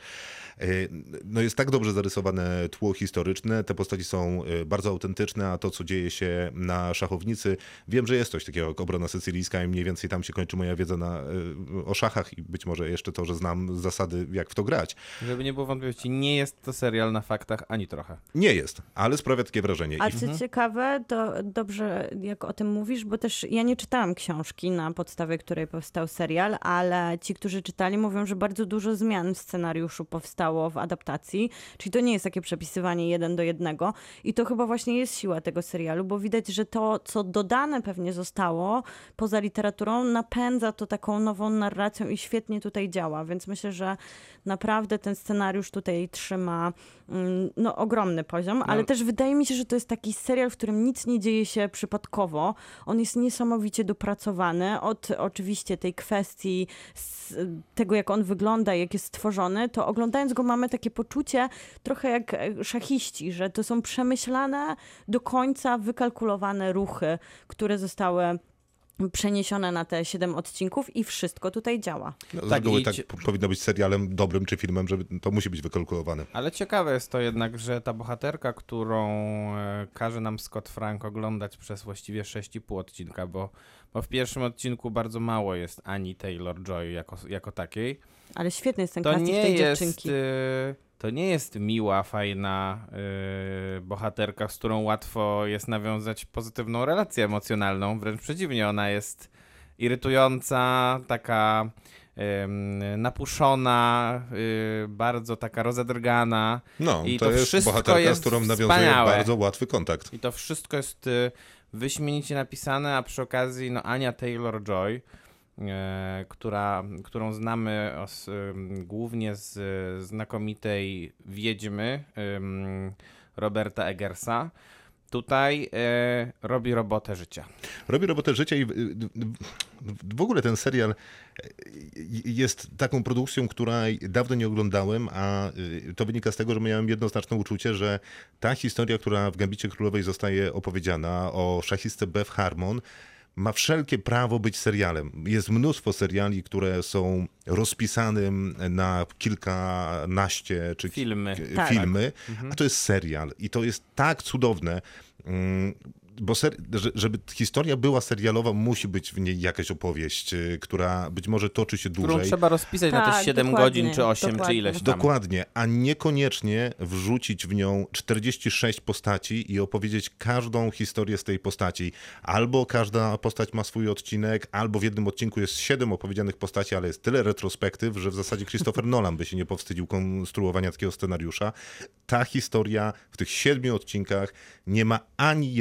no jest tak dobrze zarysowane tło historyczne, te postaci są bardzo autentyczne, a to, co dzieje się na szachownicy, wiem, że jest coś takiego jak Obrona Sycylijska i mniej więcej tam się kończy moja wiedza o szachach i być może jeszcze to, że znam zasady, jak w to grać. Żeby nie było wątpliwości, nie jest to serial na faktach ani trochę. Nie jest, ale sprawia takie wrażenie. A co ciekawe, to dobrze jak o tym mówisz, bo też ja nie czytałam książki, na podstawie której powstał serial, ale ci, którzy czytali, mówią, że bardzo dużo zmian w scenariuszu powstało w adaptacji, czyli to nie jest takie przepisywanie 1 do 1 i to chyba właśnie jest siła tego serialu, bo widać, że to, co dodane pewnie zostało poza literaturą, napędza to taką nową narracją i świetnie tutaj działa, więc myślę, że naprawdę ten scenariusz tutaj trzyma no, ogromny poziom, ale też wydaje mi się, że to jest taki serial, w którym nic nie dzieje się przypadkowo. On jest niesamowicie dopracowany od oczywiście tej kwestii tego, jak on wygląda, jak jest stworzony, to oglądając go mamy takie poczucie trochę jak szachiści, że to są przemyślane do końca, wykalkulowane ruchy, które zostały przeniesione na te 7 odcinków i wszystko tutaj działa. No, z Tak, reguły i tak powinno być serialem dobrym czy filmem, że to musi być wykalkulowane. Ale ciekawe jest to jednak, że ta bohaterka, którą każe nam Scott Frank oglądać przez właściwie 6,5 odcinka, bo w pierwszym odcinku bardzo mało jest Ani Taylor-Joy jako takiej. Ale świetny jest ten To casting nie tej jest, dziewczynki. to nie jest miła, fajna bohaterka, z którą łatwo jest nawiązać pozytywną relację emocjonalną. Wręcz przeciwnie, ona jest irytująca, taka napuszona, bardzo taka rozedrgana. No, I to to jest wszystko bohaterka, jest z którą nawiązuje wspaniałe. bardzo łatwy kontakt. I to wszystko jest wyśmienicie napisane, a przy okazji no, Ania Taylor-Joy, którą znamy głównie z znakomitej Wiedźmy Roberta Eggersa, tutaj robi robotę życia. Robi robotę życia i w ogóle ten serial jest taką produkcją, której dawno nie oglądałem, a to wynika z tego, że miałem jednoznaczne uczucie, że ta historia, która w Gambicie Królowej zostaje opowiedziana o szachistce Beth Harmon, ma wszelkie prawo być serialem. Jest mnóstwo seriali, które są rozpisanym na kilkanaście czy Filmy. filmy, a to jest serial i to jest tak cudowne, bo żeby historia była serialowa, musi być w niej jakaś opowieść, która być może toczy się Którą dłużej. trzeba rozpisać na te Tak, 7 dokładnie, godzin, czy 8, czy dokładnie. ileś tam. Dokładnie, a niekoniecznie wrzucić w nią 46 postaci i opowiedzieć każdą historię z tej postaci. Albo każda postać ma swój odcinek, albo w jednym odcinku jest 7 opowiedzianych postaci, ale jest tyle retrospektyw, że w zasadzie Christopher Nolan by się nie powstydził konstruowania takiego scenariusza. Ta historia w tych 7 odcinkach nie ma ani jednego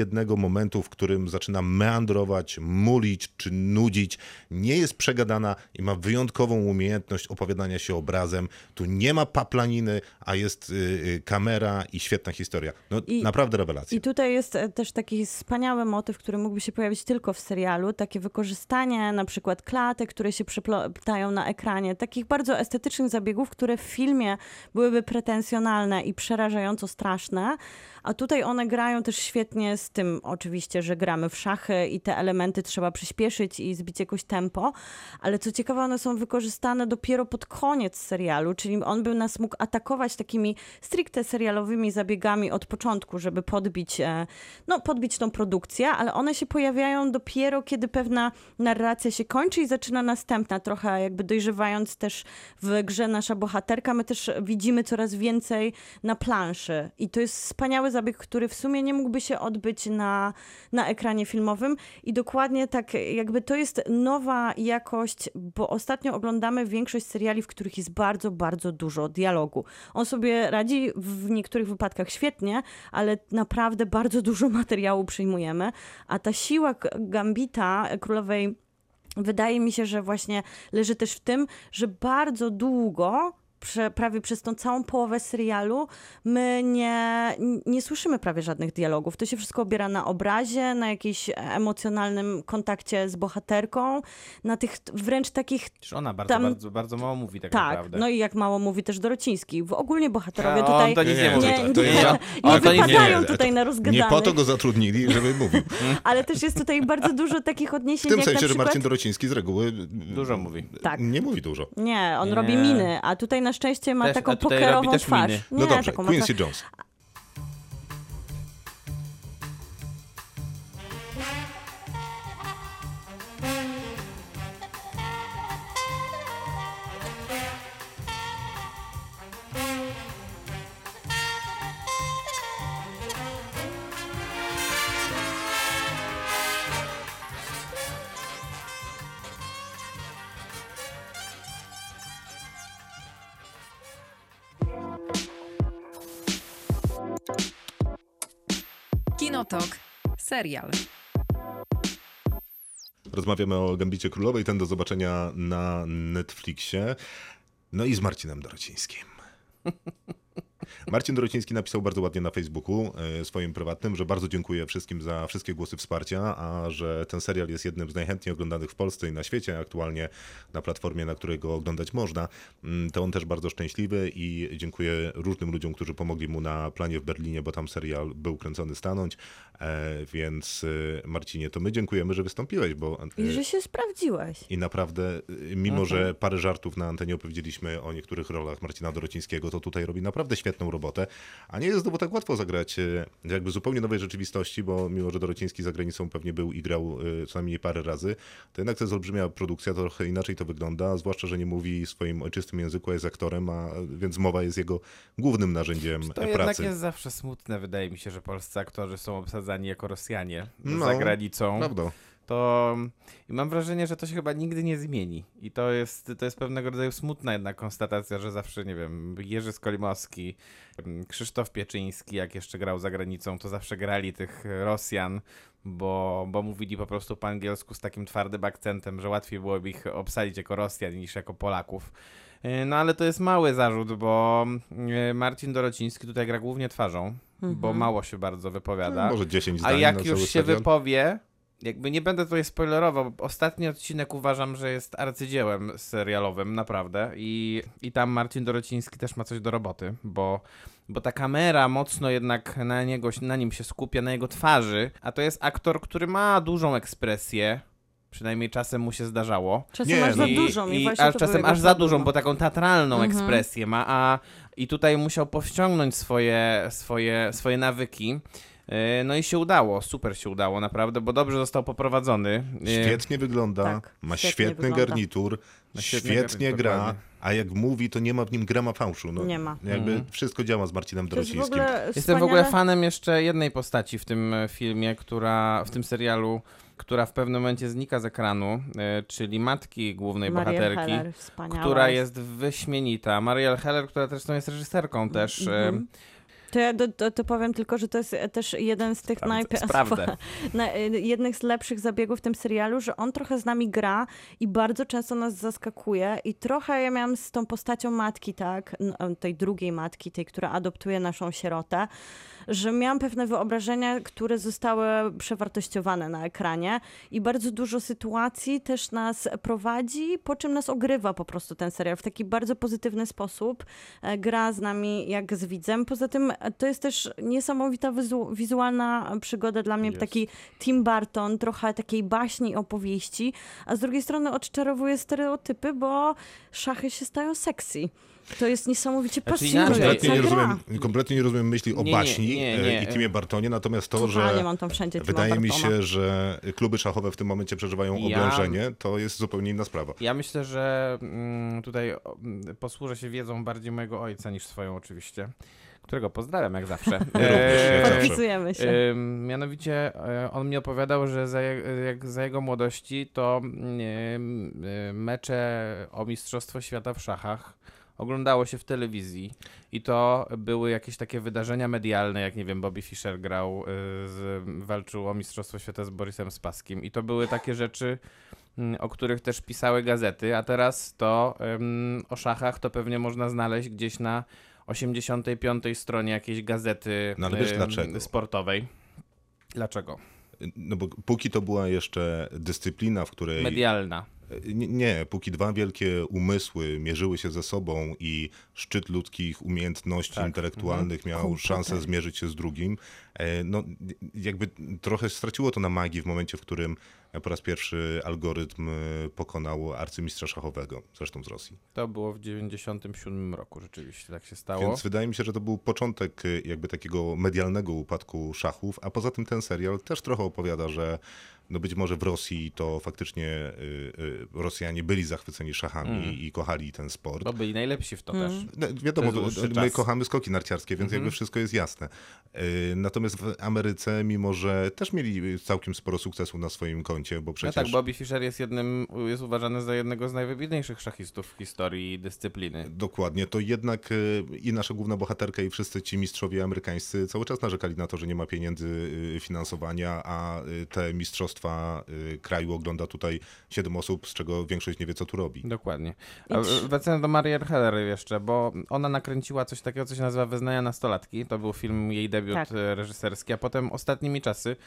momentu, w którym zaczyna meandrować, mulić czy nudzić. Nie jest przegadana i ma wyjątkową umiejętność opowiadania się obrazem. Tu nie ma paplaniny, a jest kamera i świetna historia. No naprawdę rewelacja. I tutaj jest też taki wspaniały motyw, który mógłby się pojawić tylko w serialu. Takie wykorzystanie na przykład klatek, które się przeplatają na ekranie. Takich bardzo estetycznych zabiegów, które w filmie byłyby pretensjonalne i przerażająco straszne. A tutaj one grają też świetnie z tym oczywiście, że gramy w szachy i te elementy trzeba przyspieszyć i zbić jakoś tempo. Ale co ciekawe, one są wykorzystane dopiero pod koniec serialu, czyli on by nas mógł atakować takimi stricte serialowymi zabiegami od początku, żeby podbić tą produkcję, ale one się pojawiają dopiero, kiedy pewna narracja się kończy i zaczyna następna. Trochę jakby dojrzewając też w grze nasza bohaterka, my też widzimy coraz więcej na planszy. I to jest wspaniały zabieg, który w sumie nie mógłby się odbyć na ekranie filmowym. I dokładnie tak jakby to jest nowa jakość, bo ostatnio oglądamy większość seriali, w których jest bardzo, bardzo dużo dialogu. On sobie radzi w niektórych wypadkach świetnie, ale naprawdę bardzo dużo materiału przyjmujemy. A ta siła Gambita, Królowej, wydaje mi się, że właśnie leży też w tym, że bardzo długo, prawie przez tą całą połowę serialu, my nie słyszymy prawie żadnych dialogów. To się wszystko opiera na obrazie, na jakimś emocjonalnym kontakcie z bohaterką, na tych wręcz takich... Przecież ona bardzo, bardzo mało mówi tak naprawdę. Tak, no i jak mało mówi też Dorociński. Ogólnie bohaterowie On tutaj to nic nie mówi. nie wypadają tutaj na rozgadanych. Nie po to go zatrudnili, żeby mówił. Ale też jest tutaj bardzo dużo takich odniesień, W tym jak sensie, na przykład... że Marcin Dorociński z reguły Dużo mówi. Tak. nie mówi dużo. Nie, on Nie. robi miny, a tutaj na szczęście ma Też- taką a tutaj pokerową robi też twarz. miny. No Nie, dobrze, taką Quincy Jones. Kinotok. Serial. Rozmawiamy o Gambicie Królowej, ten do zobaczenia na Netflixie. No i z Marcinem Dorocińskim. Marcin Dorociński napisał bardzo ładnie na Facebooku swoim prywatnym, że bardzo dziękuję wszystkim za wszystkie głosy wsparcia, a że ten serial jest jednym z najchętniej oglądanych w Polsce i na świecie, aktualnie na platformie, na której go oglądać można, to on też bardzo szczęśliwy i dziękuję różnym ludziom, którzy pomogli mu na planie w Berlinie, bo tam serial był kręcony stanąć, więc Marcinie, to my dziękujemy, że wystąpiłeś, bo... I że się sprawdziłeś. I naprawdę, mimo że parę żartów na antenie opowiedzieliśmy o niektórych rolach Marcina Dorocińskiego, to tutaj robi naprawdę świetną robotę, a nie jest znowu tak łatwo zagrać jakby zupełnie nowej rzeczywistości, bo mimo że Dorociński za granicą pewnie był i grał co najmniej parę razy, to jednak to jest olbrzymia produkcja, trochę inaczej to wygląda, zwłaszcza, że nie mówi w swoim ojczystym języku, jest aktorem, więc mowa jest jego głównym narzędziem To pracy. jednak jest zawsze smutne, wydaje mi się, że polscy aktorzy są obsadzani jako Rosjanie No, za granicą. Prawda. To i mam wrażenie, że to się chyba nigdy nie zmieni. I to jest pewnego rodzaju smutna jednak konstatacja, że zawsze, nie wiem, Jerzy Skolimowski, Krzysztof Pieczyński, jak jeszcze grał za granicą, to zawsze grali tych Rosjan, bo mówili po prostu po angielsku z takim twardym akcentem, że łatwiej byłoby ich obsadzić jako Rosjan niż jako Polaków. No ale to jest mały zarzut, bo Marcin Dorociński tutaj gra głównie twarzą, bo mało się bardzo wypowiada. Może 10 A zdań jak na już cały się serial. wypowie, jakby nie będę tutaj spoilerował, bo ostatni odcinek uważam, że jest arcydziełem serialowym, naprawdę. I tam Marcin Dorociński też ma coś do roboty, bo ta kamera mocno jednak na nim się skupia, na jego twarzy, a to jest aktor, który ma dużą ekspresję. Przynajmniej czasem mu się zdarzało. Czasem aż za dużą. A czasem aż za dużą, bo taką teatralną ekspresję ma. I tutaj musiał powściągnąć swoje nawyki. No i się udało, super się udało naprawdę, bo dobrze został poprowadzony. Świetnie wygląda, Tak, ma świetnie świetny wygląda. garnitur, świetny świetnie garnitur, gra, dokładnie. a jak mówi, to nie ma w nim grama fałszu. No, Nie ma. Jakby wszystko działa z Marcinem To jest w Dorocińskim. ogóle Jestem w ogóle fanem jeszcze jednej postaci w tym filmie, w tym serialu, która w pewnym momencie znika z ekranu, czyli matki głównej Mariel bohaterki, Heller, wspaniała która jest wyśmienita. Mariel Heller, która zresztą jest reżyserką też. To To ja to powiem tylko, że to jest też jeden z tych Sprawdzę. jednych z lepszych zabiegów w tym serialu, że on trochę z nami gra i bardzo często nas zaskakuje i trochę ja miałam z tą postacią matki, tak, tej drugiej matki, tej, która adoptuje naszą sierotę, że miałam pewne wyobrażenia, które zostały przewartościowane na ekranie i bardzo dużo sytuacji też nas prowadzi, po czym nas ogrywa po prostu ten serial w taki bardzo pozytywny sposób. Gra z nami jak z widzem. Poza tym to jest też niesamowita wizualna przygoda dla mnie, taki Tim Burton, trochę takiej baśni, opowieści, a z drugiej strony odczarowuje stereotypy, bo szachy się stają sexy. To jest niesamowicie pasjonująca gra. Kompletnie nie rozumiem myśli o baśni i Timie Burtonie, natomiast to, że mam tam wszędzie wydaje mi się, że kluby szachowe w tym momencie przeżywają oblężenie, to jest zupełnie inna sprawa. Ja myślę, że tutaj posłużę się wiedzą bardziej mojego ojca niż swoją oczywiście, którego pozdrawiam jak zawsze. Podpisujemy się. Mianowicie on mi opowiadał, że za jego młodości to mecze o Mistrzostwo Świata w szachach oglądało się w telewizji i to były jakieś takie wydarzenia medialne, jak nie wiem, Bobby Fischer walczył o Mistrzostwo Świata z Borisem Spaskim i to były takie rzeczy, o których też pisały gazety, a teraz to o szachach to pewnie można znaleźć gdzieś na 85. stronie jakiejś gazety No, ale wiesz dlaczego? sportowej. Dlaczego? No bo póki to była jeszcze dyscyplina, w której... Medialna. Nie, póki dwa wielkie umysły mierzyły się ze sobą i szczyt ludzkich umiejętności intelektualnych miał szansę zmierzyć się z drugim, no jakby trochę straciło to na magii w momencie, w którym po raz pierwszy algorytm pokonał arcymistrza szachowego, zresztą z Rosji. To było w 97 roku rzeczywiście, tak się stało. Więc wydaje mi się, że to był początek jakby takiego medialnego upadku szachów, a poza tym ten serial też trochę opowiada, że no być może w Rosji to faktycznie Rosjanie byli zachwyceni szachami i kochali ten sport. Bo byli najlepsi w to też. No, wiadomo, my czas. kochamy skoki narciarskie, więc jakby wszystko jest jasne. Natomiast w Ameryce, mimo że też mieli całkiem sporo sukcesu na swoim koncie, bo przecież... No tak, Bobby Fischer jest uważany za jednego z najwybitniejszych szachistów w historii dyscypliny. Dokładnie, to jednak i nasza główna bohaterka i wszyscy ci mistrzowie amerykańscy cały czas narzekali na to, że nie ma pieniędzy, finansowania, a te mistrzostwa kraju ogląda tutaj 7 osób, z czego większość nie wie, co tu robi. Dokładnie. A wracając do Marielle Heller jeszcze, bo ona nakręciła coś takiego, co się nazywa Wyznania nastolatki. To był film, jej debiut reżyserski, a potem ostatnimi czasy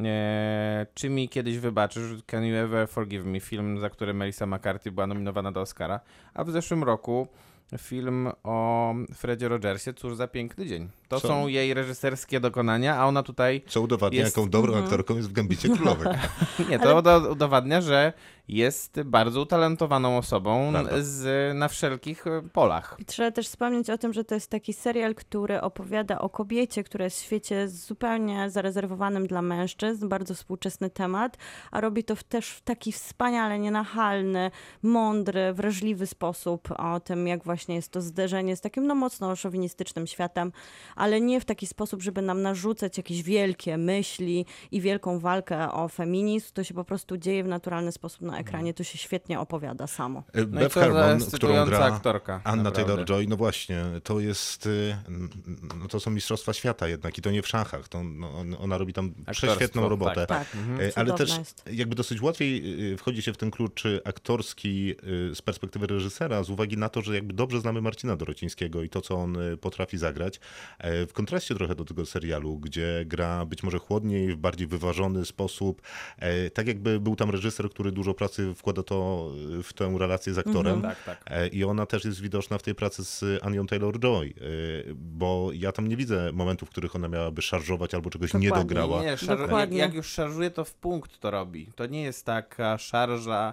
Czy mi kiedyś wybaczysz? Can you ever forgive me? Film, za który Melissa McCarthy była nominowana do Oscara. A w zeszłym roku film o Fredzie Rogersie, Cóż za piękny dzień. To są jej reżyserskie dokonania, a ona tutaj co udowadnia, jaką dobrą aktorką jest w Gambicie Królowej. Nie, to udowadnia, że jest bardzo utalentowaną osobą na wszelkich polach. Trzeba też wspomnieć o tym, że to jest taki serial, który opowiada o kobiecie, która jest w świecie zupełnie zarezerwowanym dla mężczyzn, bardzo współczesny temat, a robi to też w taki wspaniale nienachalny, mądry, wrażliwy sposób o tym, jak właśnie jest to zderzenie z takim mocno szowinistycznym światem, ale nie w taki sposób, żeby nam narzucać jakieś wielkie myśli i wielką walkę o feminizm. To się po prostu dzieje w naturalny sposób na ekranie. To się świetnie opowiada samo. Beth Harmon, którą gra aktorka, Anna Taylor-Joy, no właśnie, to jest, no to są mistrzostwa świata jednak i to nie w szachach. To, ona robi tam prześwietną robotę. Tak. Ale też jest. jakby dosyć łatwiej wchodzi się w ten klucz aktorski z perspektywy reżysera, z uwagi na to, że jakby dobrze znamy Marcina Dorocińskiego i to, co on potrafi zagrać. W kontraście trochę do tego serialu, gdzie gra być może chłodniej, w bardziej wyważony sposób. Tak jakby był tam reżyser, który dużo pracy wkłada w tę relację z aktorem. I ona też jest widoczna w tej pracy z Anią Taylor-Joy, bo ja tam nie widzę momentów, w których ona miałaby szarżować albo czegoś nie dograła. Nie, jak już szarżuje, to w punkt to robi. To nie jest taka szarża,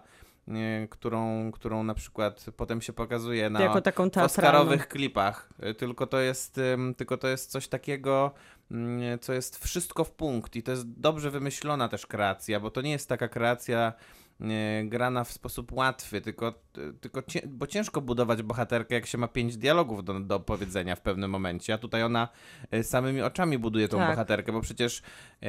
którą na przykład potem się pokazuje na jako taką oscarowych klipach, tylko to jest coś takiego, co jest wszystko w punkt i to jest dobrze wymyślona też kreacja, bo to nie jest taka kreacja grana w sposób łatwy, bo ciężko budować bohaterkę, jak się ma 5 dialogów do powiedzenia w pewnym momencie, a tutaj ona samymi oczami buduje tą bohaterkę, bo przecież,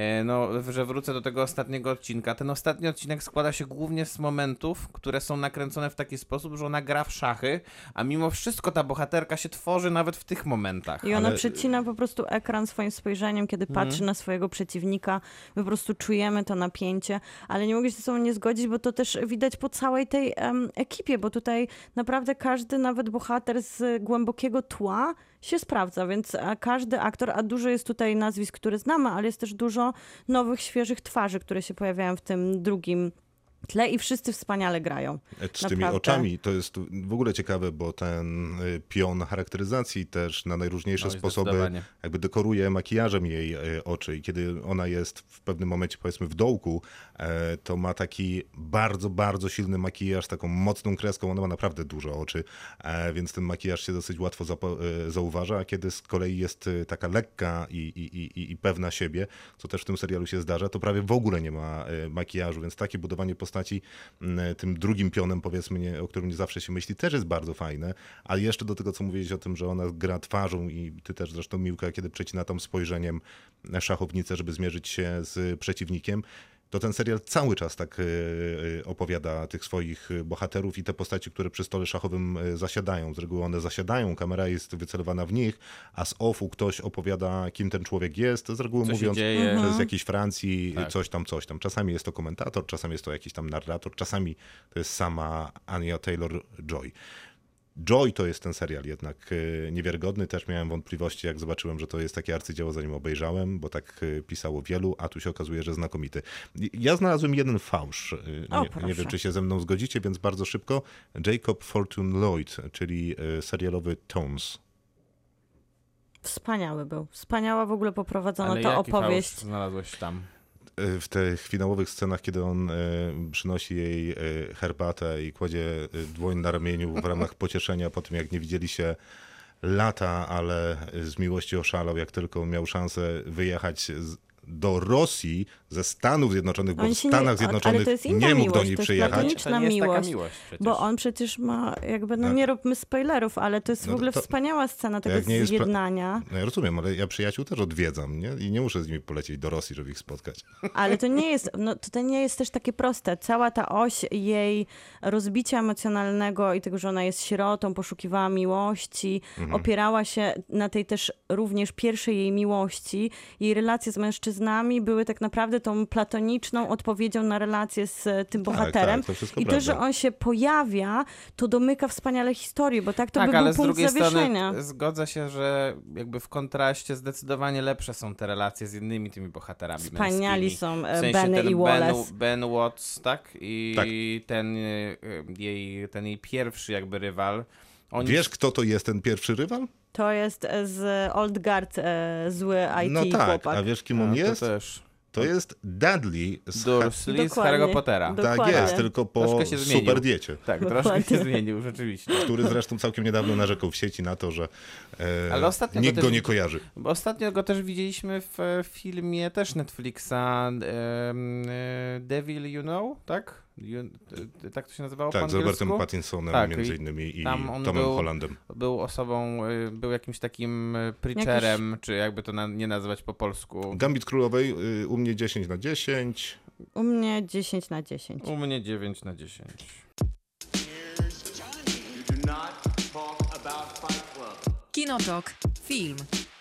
że wrócę do tego ostatniego odcinka, ten ostatni odcinek składa się głównie z momentów, które są nakręcone w taki sposób, że ona gra w szachy, a mimo wszystko ta bohaterka się tworzy nawet w tych momentach. I ona przecina po prostu ekran swoim spojrzeniem, kiedy patrzy na swojego przeciwnika. My po prostu czujemy to napięcie, ale nie mogę się ze sobą nie zgodzić, bo to też widać po całej tej ekipie, bo tutaj naprawdę każdy, nawet bohater z głębokiego tła się sprawdza, więc każdy aktor, a dużo jest tutaj nazwisk, które znamy, ale jest też dużo nowych, świeżych twarzy, które się pojawiają w tym drugim tle i wszyscy wspaniale grają. Z tymi oczami to jest w ogóle ciekawe, bo ten pion charakteryzacji też na najróżniejsze sposoby jakby dekoruje makijażem jej oczy i kiedy ona jest w pewnym momencie powiedzmy w dołku, to ma taki bardzo, bardzo silny makijaż, taką mocną kreską, ona ma naprawdę dużo oczy, więc ten makijaż się dosyć łatwo zauważa, a kiedy z kolei jest taka lekka i pewna siebie, co też w tym serialu się zdarza, to prawie w ogóle nie ma makijażu, więc takie budowanie postaci tym drugim pionem, powiedzmy, o którym nie zawsze się myśli, też jest bardzo fajne, ale jeszcze do tego, co mówiłeś o tym, że ona gra twarzą i ty też zresztą, Miłka, kiedy przecina tam spojrzeniem szachownicę, żeby zmierzyć się z przeciwnikiem, to ten serial cały czas tak opowiada tych swoich bohaterów i te postaci, które przy stole szachowym zasiadają. Z reguły one zasiadają, kamera jest wycelowana w nich, a z offu ktoś opowiada, kim ten człowiek jest, z reguły mówiąc, że jest z jakiejś Francji, coś tam. Czasami jest to komentator, czasami jest to jakiś tam narrator, czasami to jest sama Anya Taylor-Joy. Joy to jest ten serial jednak niewiarygodny. Też miałem wątpliwości, jak zobaczyłem, że to jest takie arcydzieło, zanim obejrzałem, bo tak pisało wielu, a tu się okazuje, że znakomity. Ja znalazłem jeden fałsz. Nie wiem, czy się ze mną zgodzicie, więc bardzo szybko. Jacob Fortune Lloyd, czyli serialowy Tones. Wspaniały był. Wspaniała w ogóle poprowadzona ale ta jaki opowieść. fałsz znalazłeś tam? W tych finałowych scenach, kiedy on przynosi jej herbatę i kładzie dłoń na ramieniu w ramach pocieszenia po tym, jak nie widzieli się lata, ale z miłości oszalał, jak tylko miał szansę wyjechać do Rosji ze Stanów Zjednoczonych, bo w Stanach Zjednoczonych nie mógł do niej przyjechać. To nie jest taka miłość przecież. Bo on przecież ma, jakby, nie róbmy spoilerów, ale to jest w ogóle wspaniała scena tego zjednania. Ja rozumiem, ale ja przyjaciół też odwiedzam, nie? I nie muszę z nimi polecieć do Rosji, żeby ich spotkać. Ale to nie jest też takie proste. Cała ta oś jej rozbicia emocjonalnego i tego, że ona jest sierotą, poszukiwała miłości, opierała się na tej też również pierwszej jej miłości. Jej relacje z mężczyznami były tak naprawdę tą platoniczną odpowiedzią na relację z tym bohaterem. To I to, że on się pojawia, to domyka wspaniale historii, bo tak to by był punkt zawieszenia. Ale z drugiej strony zgodzę się, że jakby w kontraście zdecydowanie lepsze są te relacje z innymi tymi bohaterami Wspaniali męskimi. są w sensie Benny i Wallace. Ben Watts, tak? I ten jej pierwszy jakby rywal. Wiesz, kto to jest ten pierwszy rywal? To jest z Old Guard, zły IT no tak, chłopak. A wiesz, kim on jest? To jest Dudley Dursley z Harry'ego Pottera. Tak jest, tylko po super diecie. Tak, troszkę się zmienił, rzeczywiście. Który zresztą całkiem niedawno narzekał w sieci na to, że nikt go nie kojarzy. Bo ostatnio go też widzieliśmy w filmie też Netflixa Devil You Know, tak? Tak to się nazywało po angielsku? Tak, z Robertem Pattinsonem między innymi i Tomem Hollandem. Był jakimś takim preacherem, czy jakby to nie nazwać po polsku. Gambit Królowej, u mnie 10/10. U mnie 10/10. U mnie 9/10. Kinotok. Film.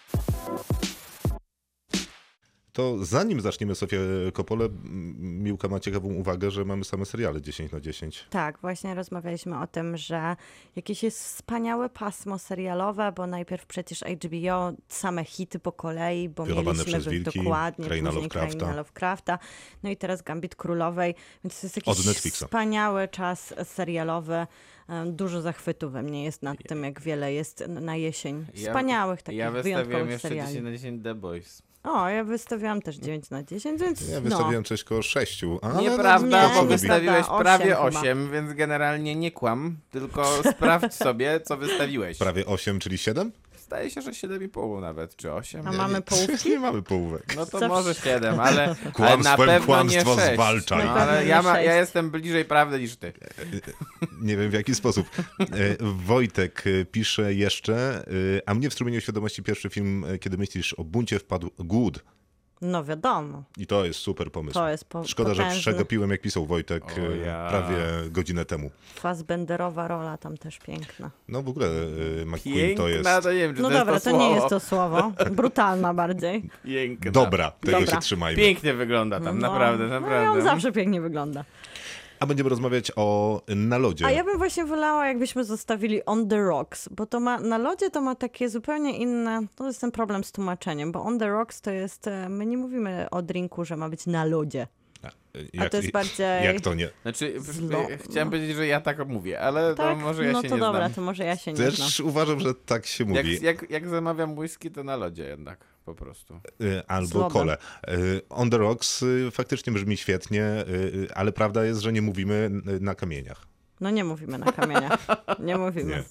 To zanim zaczniemy Sofię Coppolę, Miłka ma ciekawą uwagę, że mamy same seriale 10/10. Tak, właśnie rozmawialiśmy o tym, że jakieś jest wspaniałe pasmo serialowe, bo najpierw przecież HBO, same hity po kolei, bo Wiorowane mieliśmy przez wilki, dokładnie, Kraina później Lovecrafta. Kraina Lovecrafta, no i teraz Gambit Królowej, więc to jest jakiś wspaniały czas serialowy. Dużo zachwytu we mnie jest nad tym, jak wiele jest na jesień. Wspaniałych takich wyjątkowych seriali. Ja wystawiam jeszcze 10/10 The Boys. O, ja wystawiałam też 9/10, więc ja wystawiłem coś koło 6. Nieprawda, bo wystawiłeś prawie 8 8, więc generalnie nie kłam, tylko sprawdź sobie, co wystawiłeś. Prawie 8, czyli 7? zdaje się, że 7,5 nawet, czy 8. A mamy połówki? Nie mamy połówek. No to Zawsze- może 7, ale na Kłamstwem pewno kłamstwo nie 6. zwalczaj. No, Na ale pewno ja, nie ja 6. jestem bliżej prawdy niż ty. Nie wiem w jaki sposób. Wojtek pisze jeszcze, a mnie w strumieniu świadomości pierwszy film, kiedy myślisz o buncie, wpadł Głód. No wiadomo, I to jest super pomysł. to jest Szkoda, że potężny. przegapiłem, jak pisał Wojtek O ja. prawie godzinę temu. Fassbenderowa rola tam też piękna. No w ogóle McQueen Piękna, to jest... to nie wiem, czy No to jest dobra, to to nie słowo. jest to słowo. Brutalna bardziej. Piękna. Dobra, tego Dobra. się trzymajmy. Pięknie wygląda tam, naprawdę, No i naprawdę. on zawsze pięknie wygląda. A będziemy rozmawiać o Na lodzie. A ja bym właśnie wolała, jakbyśmy zostawili On the Rocks, bo to ma, na lodzie to ma takie zupełnie inne, to jest ten problem z tłumaczeniem, bo On the Rocks to jest, my nie mówimy o drinku, że ma być na lodzie. Jak, to jest bardziej- Jak to nie? Znaczy, Zlo. chciałem powiedzieć, że ja tak mówię, ale Tak? to może ja no się to nie dobra, znam. to może ja się nie znam. Też uważam, że tak się mówi. Jak zamawiam whisky, to na lodzie jednak, po prostu. Albo Słodem. kole. On the Rocks faktycznie brzmi świetnie, ale prawda jest, że nie mówimy na kamieniach. No nie mówimy na kamieniach, nie mówimy. Nie.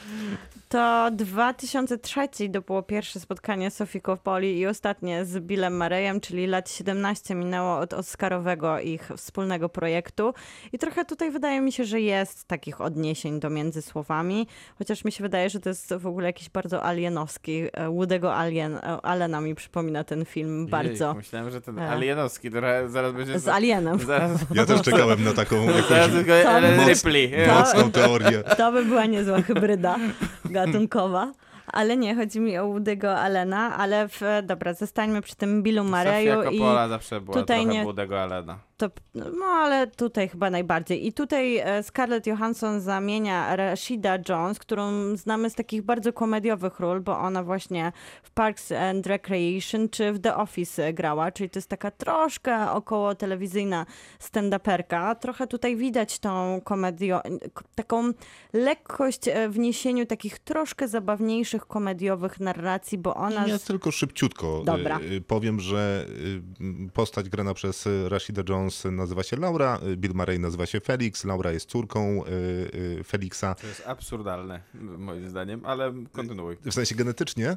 To 2003 to było pierwsze spotkanie Sofii Coppoli i ostatnie z Billem Murrayem, czyli lat 17 minęło od oscarowego ich wspólnego projektu. I trochę tutaj wydaje mi się, że jest takich odniesień do między słowami, chociaż mi się wydaje, że to jest w ogóle jakiś bardzo alienowski. Woody'ego Allena mi przypomina ten film bardzo. Jej, myślałem, że ten alienowski, trochę zaraz będzie... Z Alienem. Zaraz, Ja też czekałem na taką zaraz jakąś tylko moc- Ripley. mocną teorię. To by była niezła hybryda gatunkowa. Ale nie, chodzi mi o Woody'ego Allena, ale dobra, zostańmy przy tym Billu Murrayu Sofia i Coppola zawsze była tutaj trochę nie- Woody'ego Allena. to, no ale tutaj chyba najbardziej. I tutaj Scarlett Johansson zamienia Rashida Jones, którą znamy z takich bardzo komediowych ról, bo ona właśnie w Parks and Recreation czy w The Office grała, czyli to jest taka troszkę około telewizyjna stand-uperka. Trochę tutaj widać tą taką lekkość w niesieniu takich troszkę zabawniejszych komediowych narracji, bo ona... Ja tylko szybciutko Dobra. powiem, że postać grana przez Rashida Jones nazywa się Laura, Bill Murray nazywa się Felix, Laura jest córką Felixa. To jest absurdalne, moim zdaniem, ale kontynuuj. W sensie genetycznie?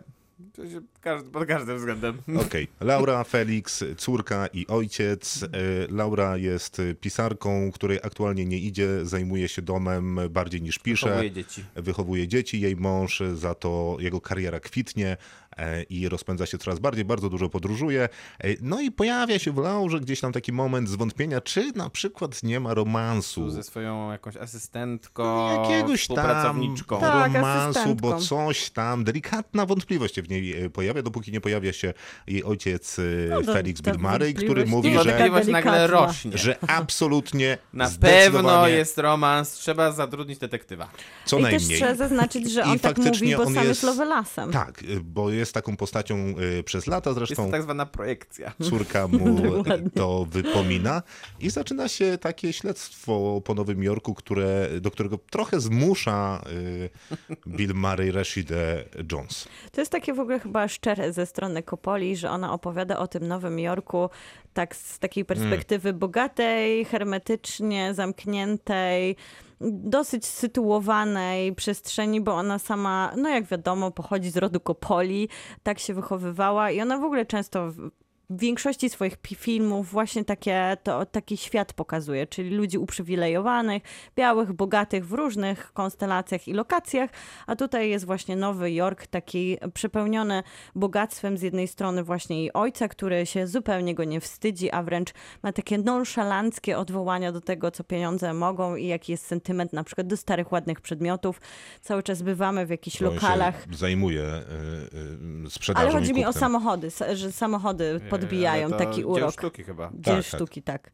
Pod każdym względem. Okej. Laura, Felix, córka i ojciec. Laura jest pisarką, której aktualnie nie idzie, zajmuje się domem bardziej niż pisze. Wychowuje dzieci. Wychowuje dzieci, jej mąż, za to jego kariera kwitnie i rozpędza się coraz bardziej, bardzo dużo podróżuje. No i pojawia się w Laurze gdzieś tam taki moment zwątpienia, czy na przykład nie ma romansu. Ze swoją jakąś asystentką, Jakiegoś tam współpracowniczką. Tak, romansu, asystentką. bo coś tam, delikatna wątpliwość się w niej pojawia, dopóki nie pojawia się jej ojciec Felix ta Bill Murray, który wątpliwość mówi, nie jest że, taka Wątpliwość nagle delikatna. rośnie. że absolutnie, Na zdecydowanie, pewno jest romans, trzeba zatrudnić detektywa. co I też najmniej. trzeba zaznaczyć, że I on tak faktycznie mówi, bo on sam jest jest- Lovelasem. Tak, bo jest taką postacią przez lata, Jest zresztą to tak zwana projekcja. córka mu Dokładnie. to wypomina i zaczyna się takie śledztwo po Nowym Jorku, do którego trochę zmusza Bill Murray Rashidę Jones. To jest takie w ogóle chyba szczere ze strony Coppoli, że ona opowiada o tym Nowym Jorku tak z takiej perspektywy bogatej, hermetycznie zamkniętej, dosyć sytuowanej przestrzeni, bo ona sama, no jak wiadomo, pochodzi z rodu Coppoli, tak się wychowywała i ona w ogóle często w większości swoich filmów właśnie taki świat pokazuje, czyli ludzi uprzywilejowanych, białych, bogatych w różnych konstelacjach i lokacjach, a tutaj jest właśnie Nowy Jork, taki przepełniony bogactwem z jednej strony właśnie jej ojca, który się zupełnie go nie wstydzi, a wręcz ma takie nonszalanckie odwołania do tego, co pieniądze mogą i jaki jest sentyment na przykład do starych, ładnych przedmiotów. Cały czas bywamy w jakichś On lokalach. się zajmuje sprzedażą Ale chodzi i mi o kupnem. samochody, że samochody podbijają Ale to taki dzieło urok. sztuki chyba. Dzieł Tak, sztuki, tak.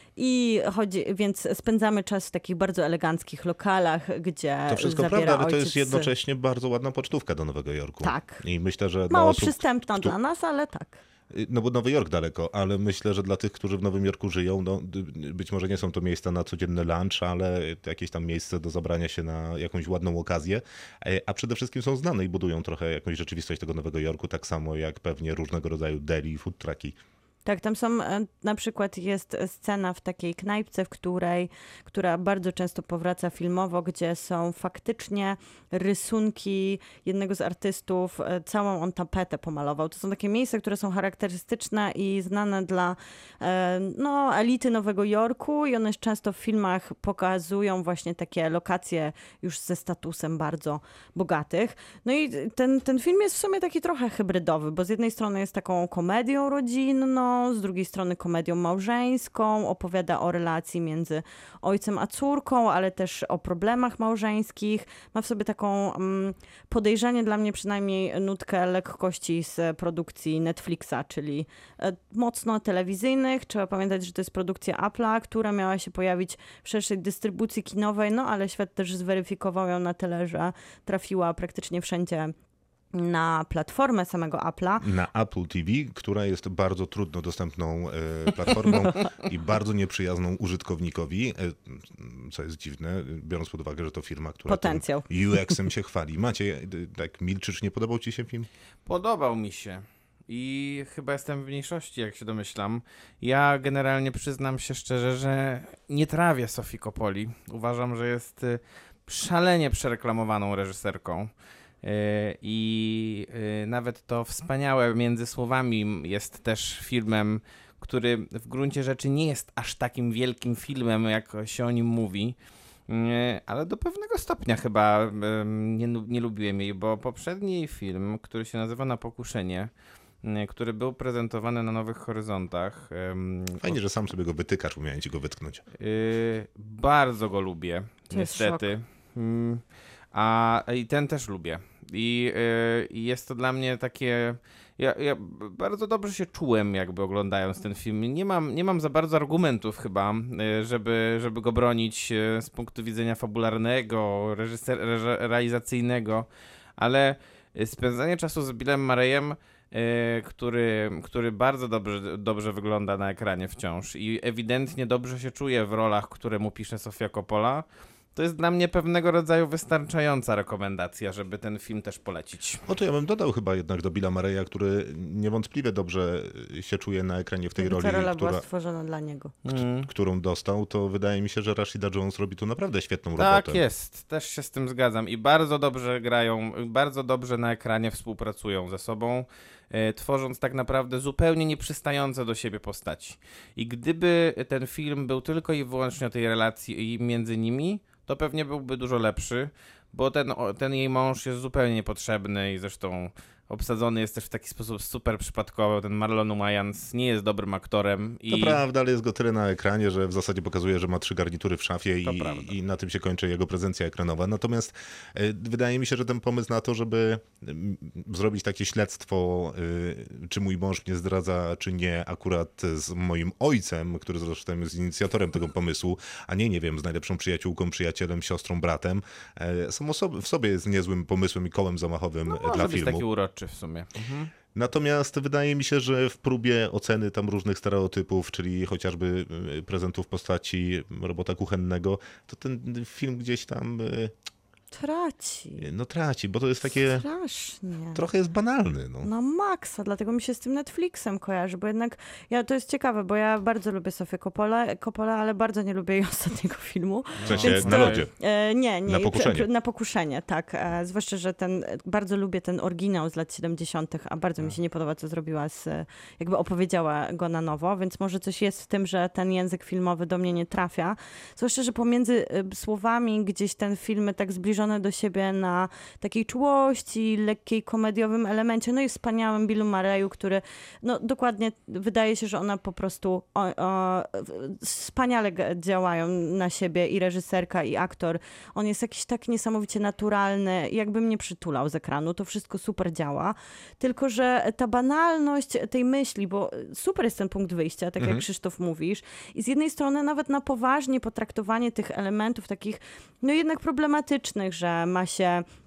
Więc spędzamy czas w takich bardzo eleganckich lokalach, gdzie To wszystko zabiera prawda, ale to ojciec... jest jednocześnie bardzo ładna pocztówka do Nowego Jorku. Tak. I myślę, że dla Mało osób, przystępna dla nas, ale tak. no bo Nowy Jork daleko, ale myślę, że dla tych, którzy w Nowym Jorku żyją, no, być może nie są to miejsca na codzienny lunch, ale jakieś tam miejsce do zabrania się na jakąś ładną okazję, a przede wszystkim są znane i budują trochę jakąś rzeczywistość tego Nowego Jorku, tak samo jak pewnie różnego rodzaju deli i food trucki. Tak, tam są, na przykład jest scena w takiej knajpce, która bardzo często powraca filmowo, gdzie są faktycznie rysunki jednego z artystów, całą on tapetę pomalował. To są takie miejsca, które są charakterystyczne i znane dla elity Nowego Jorku i one często w filmach pokazują właśnie takie lokacje już ze statusem bardzo bogatych. No i ten film jest w sumie taki trochę hybrydowy, bo z jednej strony jest taką komedią rodzinną, z drugiej strony komedią małżeńską, opowiada o relacji między ojcem a córką, ale też o problemach małżeńskich. Ma w sobie taką podejrzanie, dla mnie przynajmniej, nutkę lekkości z produkcji Netflixa, czyli mocno telewizyjnych. Trzeba pamiętać, że to jest produkcja Apple'a, która miała się pojawić w szerszej dystrybucji kinowej, no ale świat też zweryfikował ją na tyle, że trafiła praktycznie wszędzie na platformę samego Apple'a. Na Apple TV, która jest bardzo trudno dostępną platformą i bardzo nieprzyjazną użytkownikowi, co jest dziwne, biorąc pod uwagę, że to firma, która Potencjał. UX-em się chwali. Macie, tak milczysz, nie podobał ci się film? Podobał mi się. I chyba jestem w mniejszości, jak się domyślam. Ja generalnie przyznam się szczerze, że nie trawię Sofii Coppoli. Uważam, że jest szalenie przereklamowaną reżyserką. I nawet to wspaniałe Między słowami jest też filmem, który w gruncie rzeczy nie jest aż takim wielkim filmem, jak się o nim mówi, ale do pewnego stopnia chyba nie lubiłem jej, bo poprzedni film, który się nazywa Na pokuszenie, który był prezentowany na Nowych Horyzontach. Fajnie, że sam sobie go wytykasz, umiałem ci go wytknąć. Bardzo go lubię, To jest niestety. I ten też lubię. I jest to dla mnie takie... Ja bardzo dobrze się czułem, jakby oglądając ten film. Nie mam za bardzo argumentów chyba, żeby go bronić z punktu widzenia fabularnego, realizacyjnego, ale spędzanie czasu z Billem Murrayem, który bardzo dobrze wygląda na ekranie wciąż i ewidentnie dobrze się czuje w rolach, które mu pisze Sofia Coppola, to jest dla mnie pewnego rodzaju wystarczająca rekomendacja, żeby ten film też polecić. To ja bym dodał chyba jednak do Billa Murraya, który niewątpliwie dobrze się czuje na ekranie w tej roli, Ta rola była stworzona dla niego. którą dostał, to wydaje mi się, że Rashida Jones robi tu naprawdę świetną robotę. Tak jest, też się z tym zgadzam i bardzo dobrze grają, bardzo dobrze na ekranie współpracują ze sobą, tworząc tak naprawdę zupełnie nieprzystające do siebie postaci. I gdyby ten film był tylko i wyłącznie o tej relacji między nimi, to pewnie byłby dużo lepszy, bo ten jej mąż jest zupełnie niepotrzebny i zresztą obsadzony jest też w taki sposób super przypadkowy. Ten Marlon Wayans nie jest dobrym aktorem. To prawda, ale jest go tyle na ekranie, że w zasadzie pokazuje, że ma 3 garnitury w szafie i na tym się kończy jego prezencja ekranowa. Natomiast wydaje mi się, że ten pomysł na to, żeby zrobić takie śledztwo, czy mój mąż mnie zdradza, czy nie, akurat z moim ojcem, który zresztą jest inicjatorem tego pomysłu, a nie wiem, z najlepszą przyjaciółką, przyjacielem, siostrą, bratem, w sobie jest niezłym pomysłem i kołem zamachowym dla Może być filmu. taki uroczy w sumie. Natomiast wydaje mi się, że w próbie oceny tam różnych stereotypów, czyli chociażby prezentów w postaci robota kuchennego, to ten film gdzieś tam traci, bo to jest takie... Strasznie. Trochę jest banalny. Na maksa, dlatego mi się z tym Netflixem kojarzy, bo jednak to jest ciekawe, bo ja bardzo lubię Sofię Coppola, ale bardzo nie lubię jej ostatniego filmu. W sensie Więc na lodzie. Nie. Na pokuszenie. Na pokuszenie, tak. Zwłaszcza, że bardzo lubię ten oryginał z lat 70., a bardzo mi się nie podoba, co zrobiła jakby opowiedziała go na nowo, więc może coś jest w tym, że ten język filmowy do mnie nie trafia. Zwłaszcza, że pomiędzy słowami gdzieś ten film tak zbliżony do siebie na takiej czułości, lekkiej komediowym elemencie, no i wspaniałym Billu Murrayu, który dokładnie wydaje się, że ona po prostu wspaniale działają na siebie i reżyserka, i aktor. On jest jakiś tak niesamowicie naturalny, jakby mnie przytulał z ekranu. To wszystko super działa. Tylko że ta banalność tej myśli, bo super jest ten punkt wyjścia, tak jak Krzysztof mówisz, i z jednej strony nawet na poważnie potraktowanie tych elementów takich, jednak problematycznych, że ma się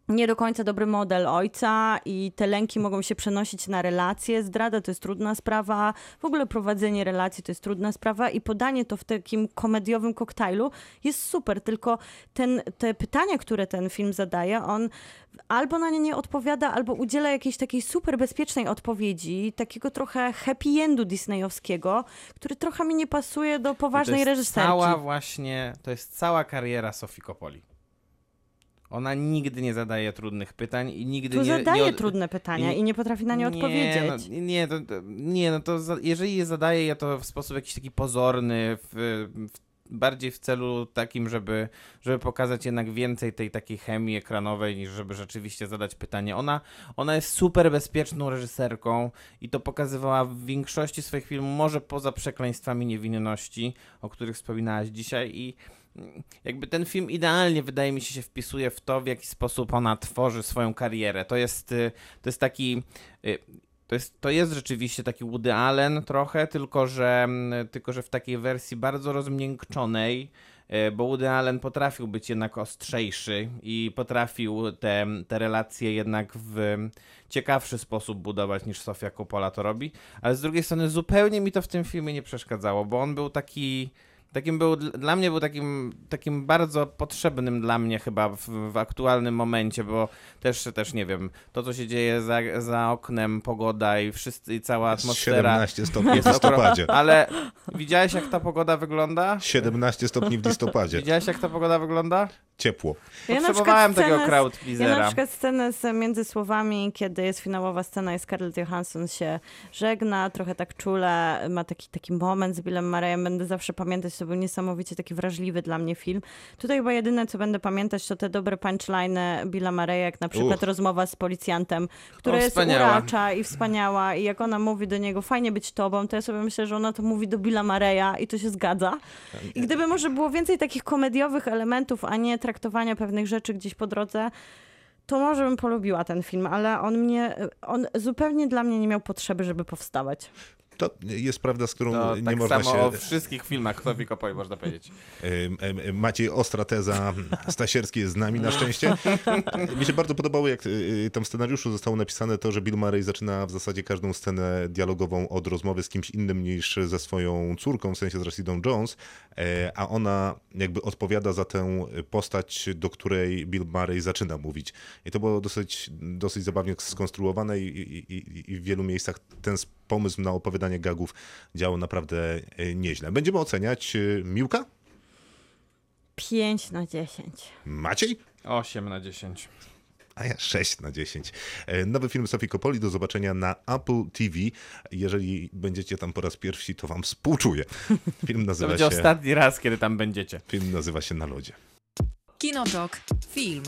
nie do końca dobry model ojca i te lęki mogą się przenosić na relacje. Zdrada to jest trudna sprawa, w ogóle prowadzenie relacji to jest trudna sprawa i podanie to w takim komediowym koktajlu jest super, tylko te pytania, które ten film zadaje, on albo na nie nie odpowiada, albo udziela jakiejś takiej super bezpiecznej odpowiedzi, takiego trochę happy endu disneyowskiego, który trochę mi nie pasuje do poważnej reżyserki. To jest cała kariera Sofii Coppoli. Ona nigdy nie zadaje trudnych pytań i nigdy Tu nie... zadaje trudne pytania i nie potrafi na nie odpowiedzieć. Jeżeli je zadaje, to w sposób jakiś taki pozorny, bardziej w celu takim, żeby pokazać jednak więcej tej takiej chemii ekranowej, niż żeby rzeczywiście zadać pytanie. Ona jest super bezpieczną reżyserką i to pokazywała w większości swoich filmów, może poza Przekleństwami niewinności, o których wspominałaś dzisiaj, i jakby ten film idealnie, wydaje mi się wpisuje w to, w jaki sposób ona tworzy swoją karierę. To jest taki... To jest rzeczywiście taki Woody Allen trochę, tylko że w takiej wersji bardzo rozmiękczonej, bo Woody Allen potrafił być jednak ostrzejszy i potrafił te relacje jednak w ciekawszy sposób budować, niż Sofia Coppola to robi, ale z drugiej strony zupełnie mi to w tym filmie nie przeszkadzało, bo on był dla mnie był takim bardzo potrzebnym dla mnie chyba w aktualnym momencie, bo też nie wiem, to co się dzieje za oknem, pogoda i cała atmosfera. 17 stopni w listopadzie. Ale widziałeś, jak ta pogoda wygląda? 17 stopni w listopadzie. Widziałeś, jak ta pogoda wygląda? Ciepło. Potrzebowałem takiego crowd pleasera. Ja na przykład scenę między słowami, kiedy jest finałowa scena i Scarlett Johansson się żegna, trochę tak czule, ma taki moment z Billem Murrayem, będę zawsze pamiętać, to był niesamowicie taki wrażliwy dla mnie film. Tutaj chyba jedyne, co będę pamiętać, to te dobre punchline'y Billa Murraya, jak na przykład rozmowa z policjantem, która jest urocza i wspaniała i jak ona mówi do niego, fajnie być tobą, to ja sobie myślę, że ona to mówi do Billa Murraya i to się zgadza. I gdyby może było więcej takich komediowych elementów, a nie traktowania pewnych rzeczy gdzieś po drodze, to może bym polubiła ten film, ale on zupełnie dla mnie nie miał potrzeby, żeby powstawać. To jest prawda, z którą nie tak można samo się... o wszystkich filmach Sofii Coppoli można powiedzieć. Maciej, ostra teza, Stasierski jest z nami na szczęście. Mi się bardzo podobało, jak tam w scenariuszu zostało napisane to, że Bill Murray zaczyna w zasadzie każdą scenę dialogową od rozmowy z kimś innym niż ze swoją córką, w sensie z Rashida Jones, a ona jakby odpowiada za tę postać, do której Bill Murray zaczyna mówić. I to było dosyć zabawnie skonstruowane i w wielu miejscach ten pomysł na opowiadanie gagów działał naprawdę nieźle. Będziemy oceniać. Miłka? 5/10. Maciej? 8/10. A ja 6/10. Nowy film Sofii Coppoli do zobaczenia na Apple TV. Jeżeli będziecie tam po raz pierwszy, to wam współczuję. Film nazywa To będzie ostatni raz, kiedy tam będziecie. Film nazywa się Na lodzie. Kinotok. Film.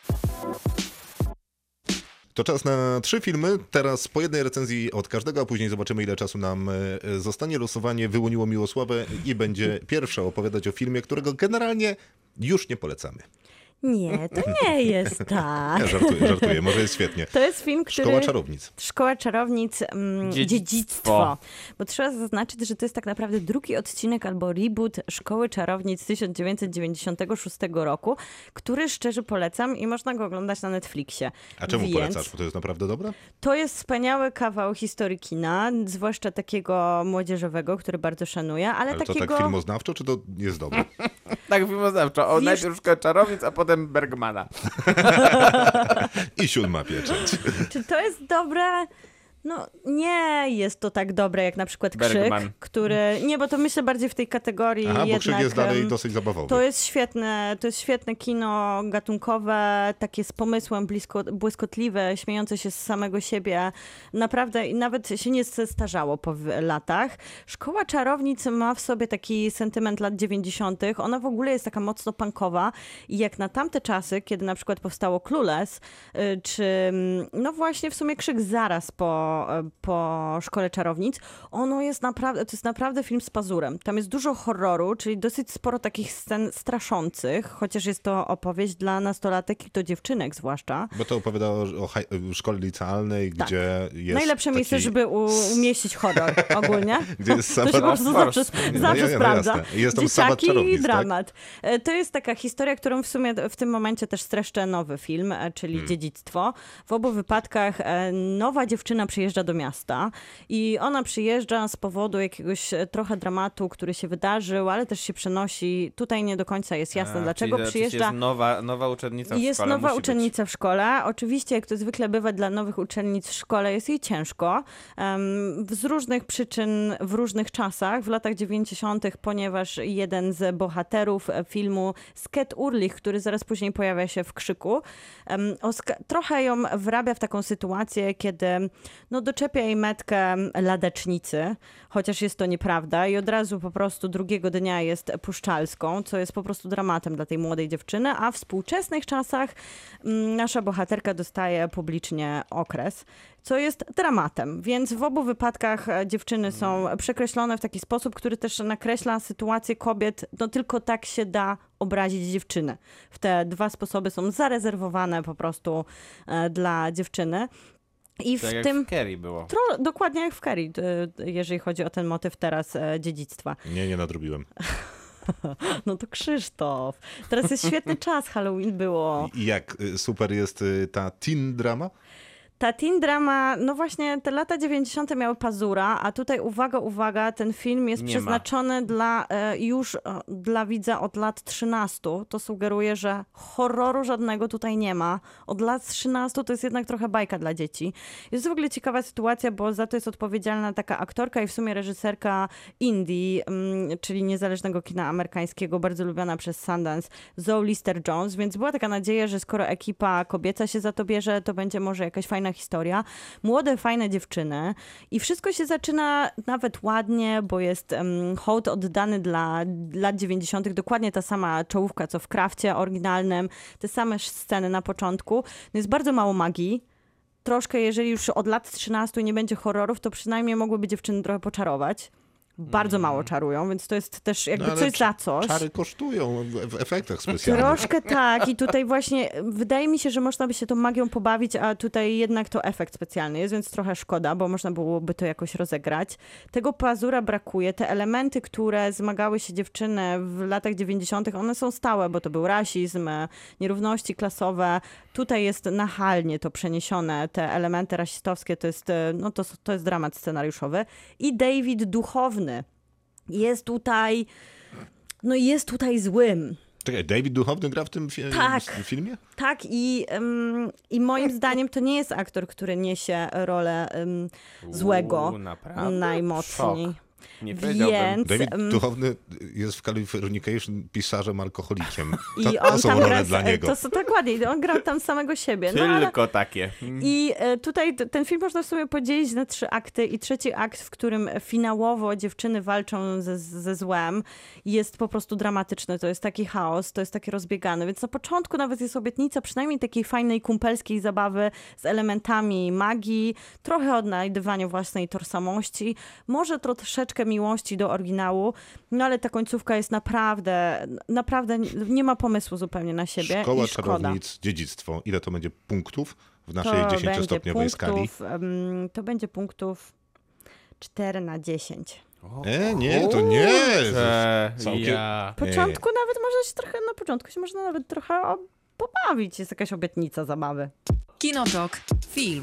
To czas na 3 filmy. Teraz po jednej recenzji od każdego, a później zobaczymy, ile czasu nam zostanie. Losowanie wyłoniło Miłosławę i będzie pierwsza opowiadać o filmie, którego generalnie już nie polecamy. Nie, to nie jest tak. Ja żartuję, może jest świetnie. To jest film, który... Szkoła Czarownic. Szkoła Czarownic, Dziedzictwo. Bo trzeba zaznaczyć, że to jest tak naprawdę drugi odcinek albo reboot Szkoły Czarownic z 1996 roku, który szczerze polecam i można go oglądać na Netflixie. A czemu polecasz? Bo to jest naprawdę dobre? To jest wspaniały kawał historii kina, zwłaszcza takiego młodzieżowego, który bardzo szanuję, ale to takiego... tak filmoznawczo, czy to jest dobre? Tak filmoznawczo. Najpierw Szkoła Czarownic, a potem Bergmana. I 7. pieczęć. Czy to jest dobre? No nie jest to tak dobre jak na przykład Bergman. Krzyk, który... Nie, bo to myślę bardziej w tej kategorii Aha, jednak... bo Krzyk jest dalej dosyć zabawowy. To jest świetne kino gatunkowe, takie z pomysłem błyskotliwe, śmiejące się z samego siebie. Naprawdę i nawet się nie zestarzało po latach. Szkoła Czarownic ma w sobie taki sentyment lat 90. Ona w ogóle jest taka mocno punkowa i jak na tamte czasy, kiedy na przykład powstało Clueless, czy no właśnie w sumie Krzyk zaraz po po Szkole Czarownic. To jest naprawdę film z pazurem. Tam jest dużo horroru, czyli dosyć sporo takich scen straszących, chociaż jest to opowieść dla nastolatek i to dziewczynek zwłaszcza. Bo to opowiada o szkole licealnej, Tak. gdzie jest Najlepsze miejsce, żeby umieścić horror ogólnie. Gdzie jest To się sabat... po prostu zawsze sprawdza. Jasne. Jest tam sabat Dzieciaki czarownic, i tak? dramat. To jest taka historia, którą w sumie w tym momencie też streszczę nowy film, czyli Dziedzictwo. W obu wypadkach nowa dziewczyna przyjeżdża do miasta i ona przyjeżdża z powodu jakiegoś trochę dramatu, który się wydarzył, ale też się przenosi. Tutaj nie do końca jest jasne, dlaczego czyli przyjeżdża. Jest nowa uczennica w Jest szkole. nowa musi uczennica w szkole. Oczywiście, jak to zwykle bywa dla nowych uczennic w szkole, jest jej ciężko. Z różnych przyczyn, w różnych czasach, w latach 90., ponieważ jeden z bohaterów filmu, Sket Urlich, który zaraz później pojawia się w Krzyku, trochę ją wrabia w taką sytuację, kiedy doczepia jej metkę ladecznicy, chociaż jest to nieprawda i od razu po prostu drugiego dnia jest puszczalską, co jest po prostu dramatem dla tej młodej dziewczyny, a w współczesnych czasach nasza bohaterka dostaje publicznie okres, co jest dramatem. Więc w obu wypadkach dziewczyny są przekreślone w taki sposób, który też nakreśla sytuację kobiet. Tylko tak się da obrazić dziewczynę. Te dwa sposoby są zarezerwowane po prostu dla dziewczyny. I tak w jak tym w Carrie było. dokładnie jak w Carrie, jeżeli chodzi o ten motyw teraz dziedzictwa. Nie nadrobiłem. No to Krzysztof. Teraz jest świetny czas, Halloween było. I jak super jest ta teen drama? Ta teen drama, no właśnie te lata 90. miały pazura, a tutaj uwaga, ten film jest przeznaczony dla widza od lat 13. To sugeruje, że horroru żadnego tutaj nie ma. Od lat 13 to jest jednak trochę bajka dla dzieci. Jest w ogóle ciekawa sytuacja, bo za to jest odpowiedzialna taka aktorka i w sumie reżyserka indie, czyli niezależnego kina amerykańskiego, bardzo lubiana przez Sundance, Zoe Lister-Jones, więc była taka nadzieja, że skoro ekipa kobieca się za to bierze, to będzie może jakaś fajna historia. Młode, fajne dziewczyny i wszystko się zaczyna nawet ładnie, bo jest hołd oddany dla lat 90. Dokładnie ta sama czołówka, co w Krafcie oryginalnym, te same sceny na początku. No jest bardzo mało magii. Troszkę, jeżeli już od lat 13 nie będzie horrorów, to przynajmniej mogłyby dziewczyny trochę poczarować. Bardzo mało czarują, więc to jest też jakby coś za coś. Czary kosztują w efektach specjalnych. Troszkę tak i tutaj właśnie wydaje mi się, że można by się tą magią pobawić, a tutaj jednak to efekt specjalny jest, więc trochę szkoda, bo można byłoby to jakoś rozegrać. Tego pazura brakuje. Te elementy, które zmagały się dziewczyny w latach 90., one są stałe, bo to był rasizm, nierówności klasowe. Tutaj jest nachalnie to przeniesione, te elementy rasistowskie, to jest dramat scenariuszowy. I David Duchowny jest tutaj złym. Czekaj, David Duchowny gra w tym filmie? Tak i moim zdaniem to nie jest aktor, który niesie rolę złego najmocniej. Szok. Nie wiedziałbym. David Duchowny jest w Californication pisarzem alkoholikiem. I on to są tam role gra, dla niego. to dokładnie, on grał tam samego siebie. Tylko takie. I tutaj ten film można w sumie podzielić na 3 akty i trzeci akt, w którym finałowo dziewczyny walczą ze złem, jest po prostu dramatyczny. To jest taki chaos, to jest takie rozbiegane, więc na początku nawet jest obietnica przynajmniej takiej fajnej, kumpelskiej zabawy z elementami magii, trochę odnajdywania własnej tożsamości, może troszeczkę miłości do oryginału, no ale ta końcówka jest naprawdę nie ma pomysłu zupełnie na siebie. Szkoła i szkoda. Czarownic, dziedzictwo. Ile to będzie punktów w naszej 10-stopniowej skali? To będzie punktów 4 na 10. Nie, to nie. Całkiem... Na początku można nawet trochę pobawić. Jest jakaś obietnica zabawy. Kinotok. Film.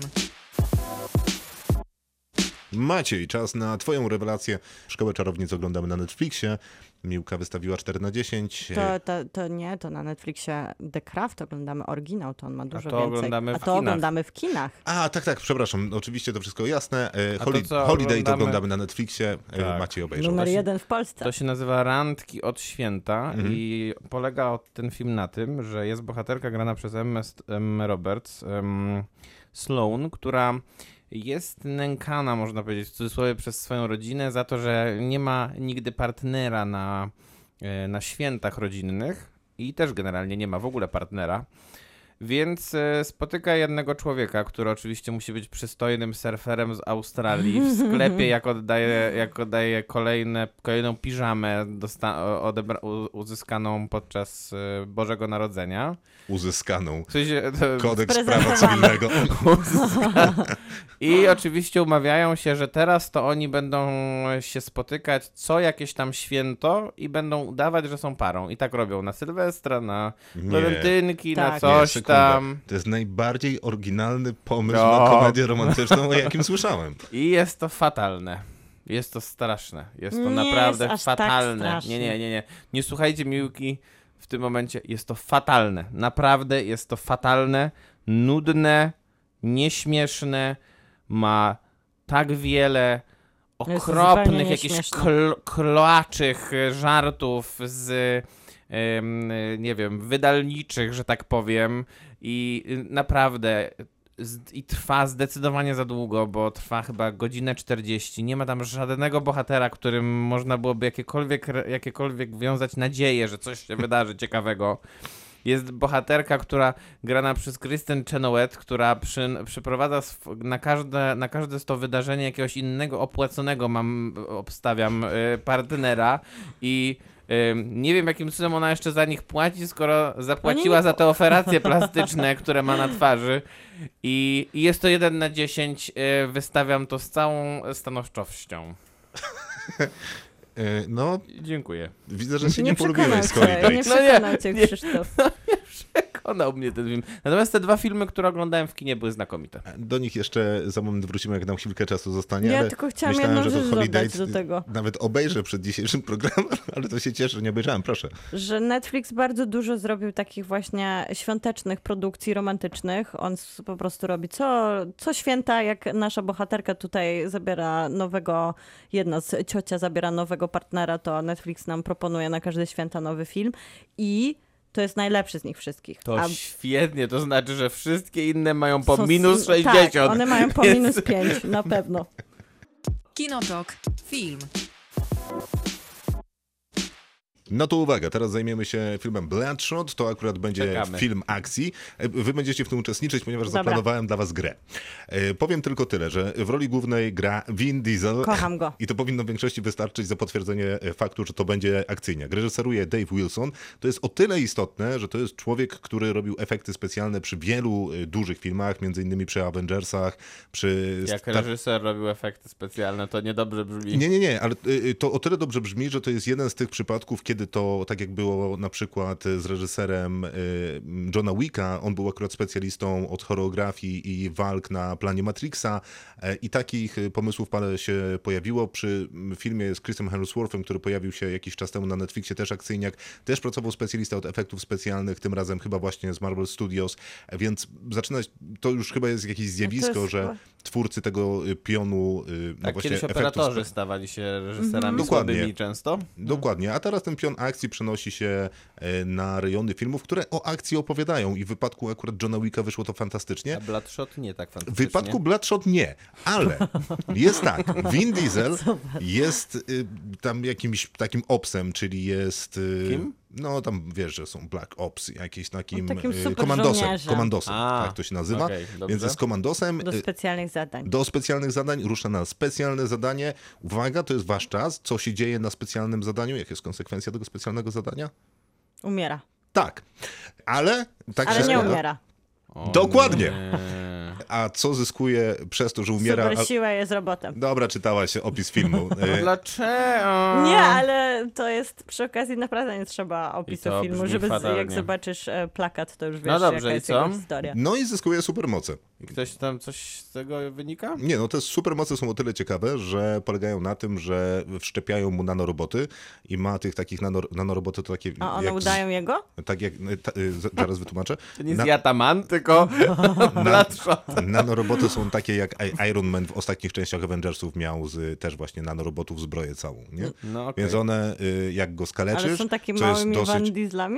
Maciej, czas na twoją rewelację. Szkołę Czarownic oglądamy na Netflixie. Miłka wystawiła 4 na 10. To na Netflixie The Craft oglądamy oryginał, to on ma dużo to więcej. Oglądamy w kinach. Tak, przepraszam. Oczywiście to wszystko jasne. Holiday to oglądamy na Netflixie. Tak. Maciej obejrzał. Numer 1 w Polsce. To się nazywa Randki od święta i polega ten film na tym, że jest bohaterka grana przez Emma Roberts, Sloane, która jest nękana, można powiedzieć w cudzysłowie, przez swoją rodzinę za to, że nie ma nigdy partnera na świętach rodzinnych i też generalnie nie ma w ogóle partnera. Więc spotyka jednego człowieka, który oczywiście musi być przystojnym surferem z Australii. W sklepie, jak oddaje kolejną piżamę uzyskaną podczas Bożego Narodzenia. Uzyskaną. W sensie, Kodeks prawa cywilnego. I oczywiście umawiają się, że teraz to oni będą się spotykać co jakieś tam święto i będą udawać, że są parą. I tak robią na Sylwestra, na walentynki, na Tak. coś Nie, tam. To jest najbardziej oryginalny pomysł na komedię romantyczną, o jakim słyszałem. I jest to fatalne. Jest to straszne. Jest to Nie naprawdę jest aż tak fatalne. strasznie. Nie. Nie słuchajcie Miłki w tym momencie. Jest to fatalne. Naprawdę jest to fatalne, nudne, nieśmieszne. Ma tak wiele jest okropnych, zupełnie jakichś nieśmieszne. kloaczych żartów z nie wiem, wydalniczych, że tak powiem. I naprawdę i trwa zdecydowanie za długo, bo trwa chyba godzinę 40. Nie ma tam żadnego bohatera, którym można byłoby jakiekolwiek wiązać nadzieję, że coś się wydarzy ciekawego. Jest bohaterka, która grana przez Kristen Chenoweth, która przyprowadza na każde z to wydarzenie jakiegoś innego opłaconego, obstawiam, partnera i nie wiem, jakim cudem ona jeszcze za nich płaci, skoro zapłaciła za te operacje plastyczne, które ma na twarzy. I jest to 1 na 10. Wystawiam to z całą stanowczością. No, Dziękuję. widzę, że się nie przekonał polubiłeś z cię, Holiday. nie przekonał cię, Krzysztof. Przekonał mnie ten film. Natomiast te 2 filmy, które oglądałem w kinie, były znakomite. Do nich jeszcze za moment wrócimy, jak nam chwilkę czasu zostanie. Ja ale tylko chciałam myślałem, jedną że to rzecz Holiday dodać do tego. nawet obejrzę przed dzisiejszym programem, ale to się cieszę, że nie obejrzałem, proszę. Że Netflix bardzo dużo zrobił takich właśnie świątecznych produkcji romantycznych. On po prostu robi co święta, jak nasza bohaterka tutaj zabiera jedna z ciocia zabiera nowego partnera, to Netflix nam proponuje na każde święta nowy film i to jest najlepszy z nich wszystkich. To świetnie, to znaczy, że wszystkie inne mają po są- minus 60. Tak, one mają po minus 5, na pewno. Kinotok. Film. No to uwaga, teraz zajmiemy się filmem Bloodshot, to akurat będzie Czekamy. film akcji. Wy będziecie w tym uczestniczyć, ponieważ Dobra. zaplanowałem dla was grę. Powiem tylko tyle, że w roli głównej gra Vin Diesel. Kocham go. I to powinno w większości wystarczyć za potwierdzenie faktu, że to będzie akcyjniak. Reżyseruje Dave Wilson. To jest o tyle istotne, że to jest człowiek, który robił efekty specjalne przy wielu dużych filmach, między innymi przy Avengersach, przy... Jak reżyser robił efekty specjalne, to niedobrze brzmi. Nie, ale to o tyle dobrze brzmi, że to jest jeden z tych przypadków, kiedy to, tak jak było na przykład z reżyserem Johna Wicka, on był akurat specjalistą od choreografii i walk na planie Matrixa i takich pomysłów parę się pojawiło. Przy filmie z Chrisem Hemsworthem, który pojawił się jakiś czas temu na Netflixie, też akcyjniak, też pracował specjalista od efektów specjalnych, tym razem chyba właśnie z Marvel Studios, więc zaczynać, to już chyba jest jakieś zjawisko, że twórcy tego pionu Tak, właśnie kiedyś operatorzy stawali się reżyserami Dokładnie. słabymi często. Dokładnie, a teraz ten pion akcji przenosi się na rejony filmów, które o akcji opowiadają i w wypadku akurat Johna Wicka wyszło to fantastycznie. A Bloodshot nie tak W fantastycznie. wypadku Bloodshot nie, ale jest tak, Vin Diesel jest tam jakimś takim opsem, czyli jest... Kim? No tam wiesz, że są Black Ops, jakiś takim Takim super komandosem, żołnierzem. tak to się nazywa, okej, dobrze. więc jest komandosem. Do specjalnych zadań. Do specjalnych zadań, rusza na specjalne zadanie. Uwaga, to jest wasz czas. Co się dzieje na specjalnym zadaniu? Jaka jest konsekwencja tego specjalnego zadania? Umiera. Tak, ale tak Ale się nie składa. umiera. O Dokładnie. nie. A co zyskuje przez to, że umiera? Super siła jest robotem. Dobra, czytałaś opis filmu. Dlaczego? Nie, ale to jest przy okazji naprawdę nie trzeba opisu to filmu, brzmi żeby fatalnie. jak zobaczysz plakat, to już wiesz, No dobrze, jaka i jest co? jego historia. No i zyskuje supermoce. Ktoś tam coś z tego wynika? Nie, no te supermoce są o tyle ciekawe, że polegają na tym, że wszczepiają mu nanoroboty i ma tych takich nanoroboty to takie... A one jak udają jego? Tak jak... zaraz wytłumaczę. To nie jest Yataman, tylko Bloodshot. Nanoroboty są takie jak Iron Man w ostatnich częściach Avengersów miał też właśnie nanorobotów zbroję całą, nie? No, okej. Więc one jak go skaleczysz, Ale są takimi co jest małymi Van dosyć... Dieslami?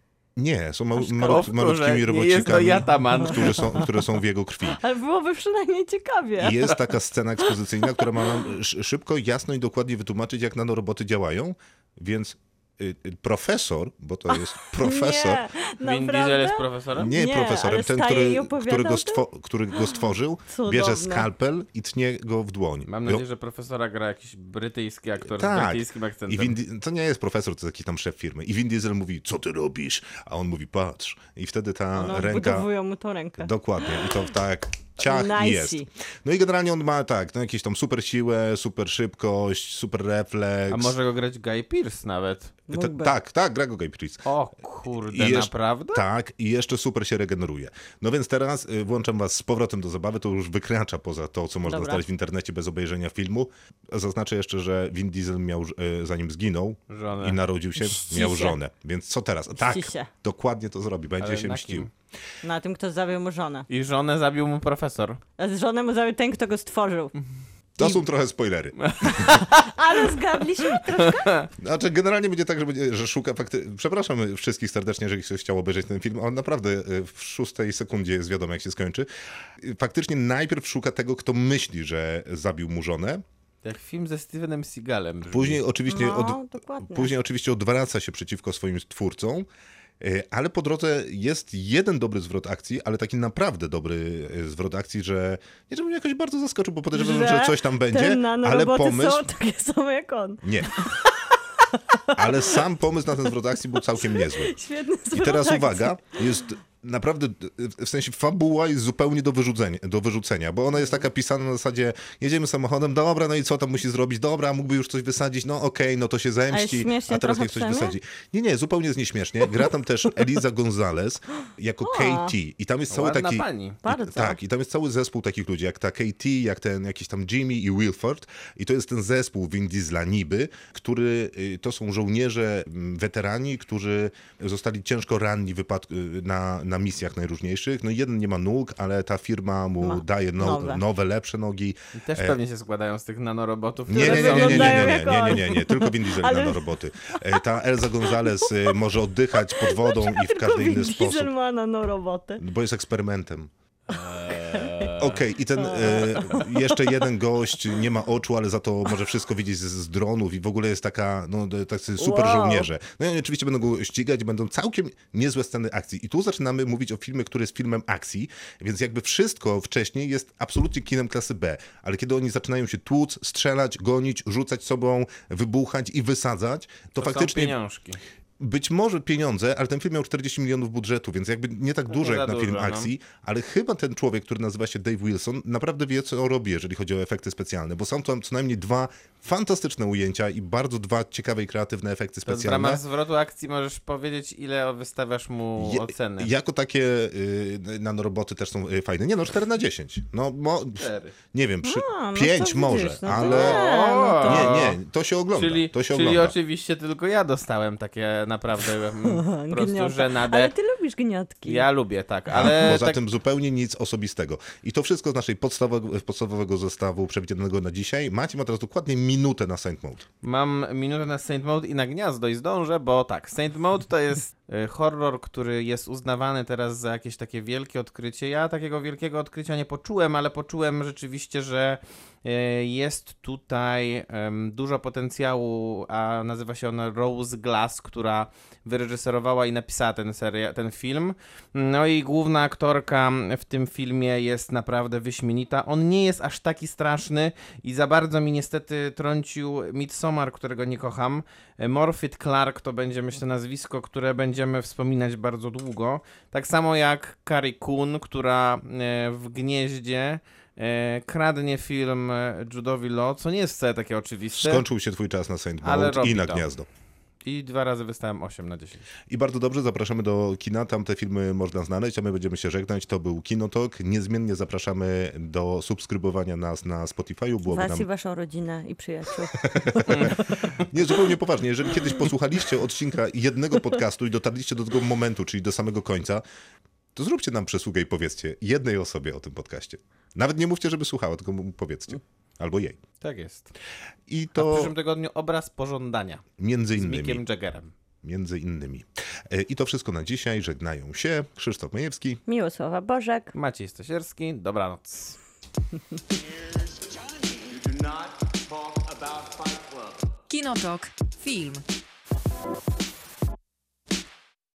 Nie, są Powtórzę, malutkimi nie jest to robocikami, Yataman. które są w jego krwi. Ale byłoby przynajmniej ciekawie. I jest taka scena ekspozycyjna, która ma nam szybko, jasno i dokładnie wytłumaczyć, jak nanoroboty działają, więc profesor, bo to jest profesor. Nie, Vin naprawdę? Diesel jest profesorem? Nie Nie, profesorem, ale ten, staje i opowiada który go stworzył, Cudowne. bierze skalpel i tnie go w dłoń. Mam nadzieję, że profesora gra jakiś brytyjski aktor z Tak. brytyjskim akcentem. I to nie jest profesor, to jest jakiś tam szef firmy. I Vin Diesel mówi, co ty robisz? A on mówi, patrz. I wtedy ta No, ręka... odbudowują mu tą rękę. Dokładnie. I to tak ciach i Nicey. jest. No i generalnie on ma tak, no jakieś tam super siłę, super szybkość, super refleks. A może go grać Guy Pearce nawet? Mógłby. Tak, gra go Guy Pearce. O kurde, I naprawdę? Tak, i jeszcze super się regeneruje. No więc teraz włączam was z powrotem do zabawy, to już wykracza poza to, co można Dobra. znaleźć w internecie bez obejrzenia filmu. Zaznaczę jeszcze, że Vin Diesel miał, zanim zginął Żonę. i narodził się, Mści miał się. żonę. Więc co teraz? Tak, się. dokładnie to zrobi, będzie Ale się na mścił. kim? Na tym, kto zabił mu żonę. I żonę zabił mu profesor. A z żonę mu zabił ten, kto go stworzył. To są trochę spoilery. Ale zgadliśmy troszkę. Znaczy, generalnie będzie tak, że szuka Przepraszam wszystkich serdecznie, jeżeli ktoś chciał obejrzeć ten film, on naprawdę w 6 sekundzie jest wiadomo, jak się skończy. Faktycznie najpierw szuka tego, kto myśli, że zabił mu żonę. Jak film ze Stevenem Seagalem. brzmi. Później oczywiście odwraca się przeciwko swoim twórcom. Ale po drodze jest jeden dobry zwrot akcji, ale taki naprawdę dobry zwrot akcji, że nie żeby mnie jakoś bardzo zaskoczył, bo podejrzewam, że coś tam będzie, ale pomysł... są takie same jak on. Nie. Ale sam pomysł na ten zwrot akcji był całkiem niezły. Świetny I teraz uwaga, jest naprawdę, w sensie fabuła jest zupełnie do wyrzucenia, bo ona jest taka pisana na zasadzie, jedziemy samochodem, dobra, no i co tam musi zrobić, dobra, mógłby już coś wysadzić, no okej, no to się zemści, śmiesznie a teraz trochę niech coś przynajmniej? wysadzi. Nie, zupełnie jest nieśmiesznie. Gra tam też Eliza Gonzalez jako Katie i tam jest cały Ładna taki... pani. Bardzo. Tak, i tam jest cały zespół takich ludzi, jak ta Katie, jak ten jakiś tam Jimmy i Wilford. I to jest ten zespół Vin Diesla niby, który to są żołnierze, weterani, którzy zostali ciężko ranni na misjach najróżniejszych. No jeden nie ma nóg, ale ta firma mu daje nowe, lepsze nogi. I też pewnie się składają z tych nanorobotów. Nie, wyglądają jak on. tylko Vin Diesel Ale- nanoroboty. Ta Elza Gonzalez może oddychać pod wodą i w każdy inny sposób. Diesel ma nanoroboty. Bo jest eksperymentem. Okej, i ten jeszcze jeden gość nie ma oczu, ale za to może wszystko widzieć z dronów i w ogóle jest taka, no tacy super Wow. żołnierze. No i oni oczywiście będą go ścigać, będą całkiem niezłe sceny akcji. I tu zaczynamy mówić o filmie, który jest filmem akcji, więc jakby wszystko wcześniej jest absolutnie kinem klasy B. Ale kiedy oni zaczynają się tłuc, strzelać, gonić, rzucać sobą, wybuchać i wysadzać, to faktycznie... Są pieniążki. Być może pieniądze, ale ten film miał 40 milionów budżetu, więc jakby nie tak dużo nie jak za na film dużo, no. akcji, ale chyba ten człowiek, który nazywa się Dave Wilson, naprawdę wie, co robi, jeżeli chodzi o efekty specjalne, bo są tam co najmniej 2 fantastyczne ujęcia i bardzo 2 ciekawe i kreatywne efekty To w specjalne. ramach zwrotu akcji możesz powiedzieć, ile wystawiasz mu oceny. Jako takie nanoroboty też są fajne. Nie no, 4/10. No, 4. nie wiem, No 5 to może, widzisz, no to ale... nie, no to... Nie, to się ogląda. to się Czyli ogląda. oczywiście tylko ja dostałem takie naprawdę po prostu Gniota. żenadę. Ale ty lubisz gniotki. Ja lubię, tak, A ale poza tak, tym zupełnie nic osobistego. I to wszystko z naszej podstawowego zestawu przewidzianego na dzisiaj. Macie ma teraz dokładnie minutę na Saint Mode. mam minutę na Saint Maud i na gniazdo i zdążę, bo tak, Saint Maud to jest horror, który jest uznawany teraz za jakieś takie wielkie odkrycie. Ja takiego wielkiego odkrycia nie poczułem, ale poczułem rzeczywiście, że jest tutaj dużo potencjału, a nazywa się ona Rose Glass, która wyreżyserowała i napisała ten film. No i główna aktorka w tym filmie jest naprawdę wyśmienita. On nie jest aż taki straszny i za bardzo mi niestety trącił Midsommar, którego nie kocham. Morfydd Clark to będzie, myślę, nazwisko, które będziemy wspominać bardzo długo. Tak samo jak Carrie Coon, która w Gnieździe kradnie film Jude'owi Law, co nie jest wcale takie oczywiste. Skończył się twój czas na Saint Ale Mode robi i na to. gniazdo. I 2 razy wystałem 8/10. I bardzo dobrze, zapraszamy do kina, tam te filmy można znaleźć, a my będziemy się żegnać. To był Kinotok. Niezmiennie zapraszamy do subskrybowania nas na Spotify'u. Byłoby Was nam... i waszą rodzinę i przyjaciół. Nie, zupełnie poważnie. Jeżeli kiedyś posłuchaliście odcinka jednego podcastu i dotarliście do tego momentu, czyli do samego końca, to zróbcie nam przysługę i powiedzcie jednej osobie o tym podcaście. Nawet nie mówcie, żeby słuchała, tylko mu powiedzcie. Albo jej. Tak jest. I A w to przyszłym tygodniu obraz pożądania między z innymi. Mickiem Jaggerem. Między innymi. I to wszystko na dzisiaj. Żegnają się Krzysztof Majewski. Miłosława Bożek. Maciej Stasierski, dobranoc. You do not talk about Fight Club. Kinotok. Film.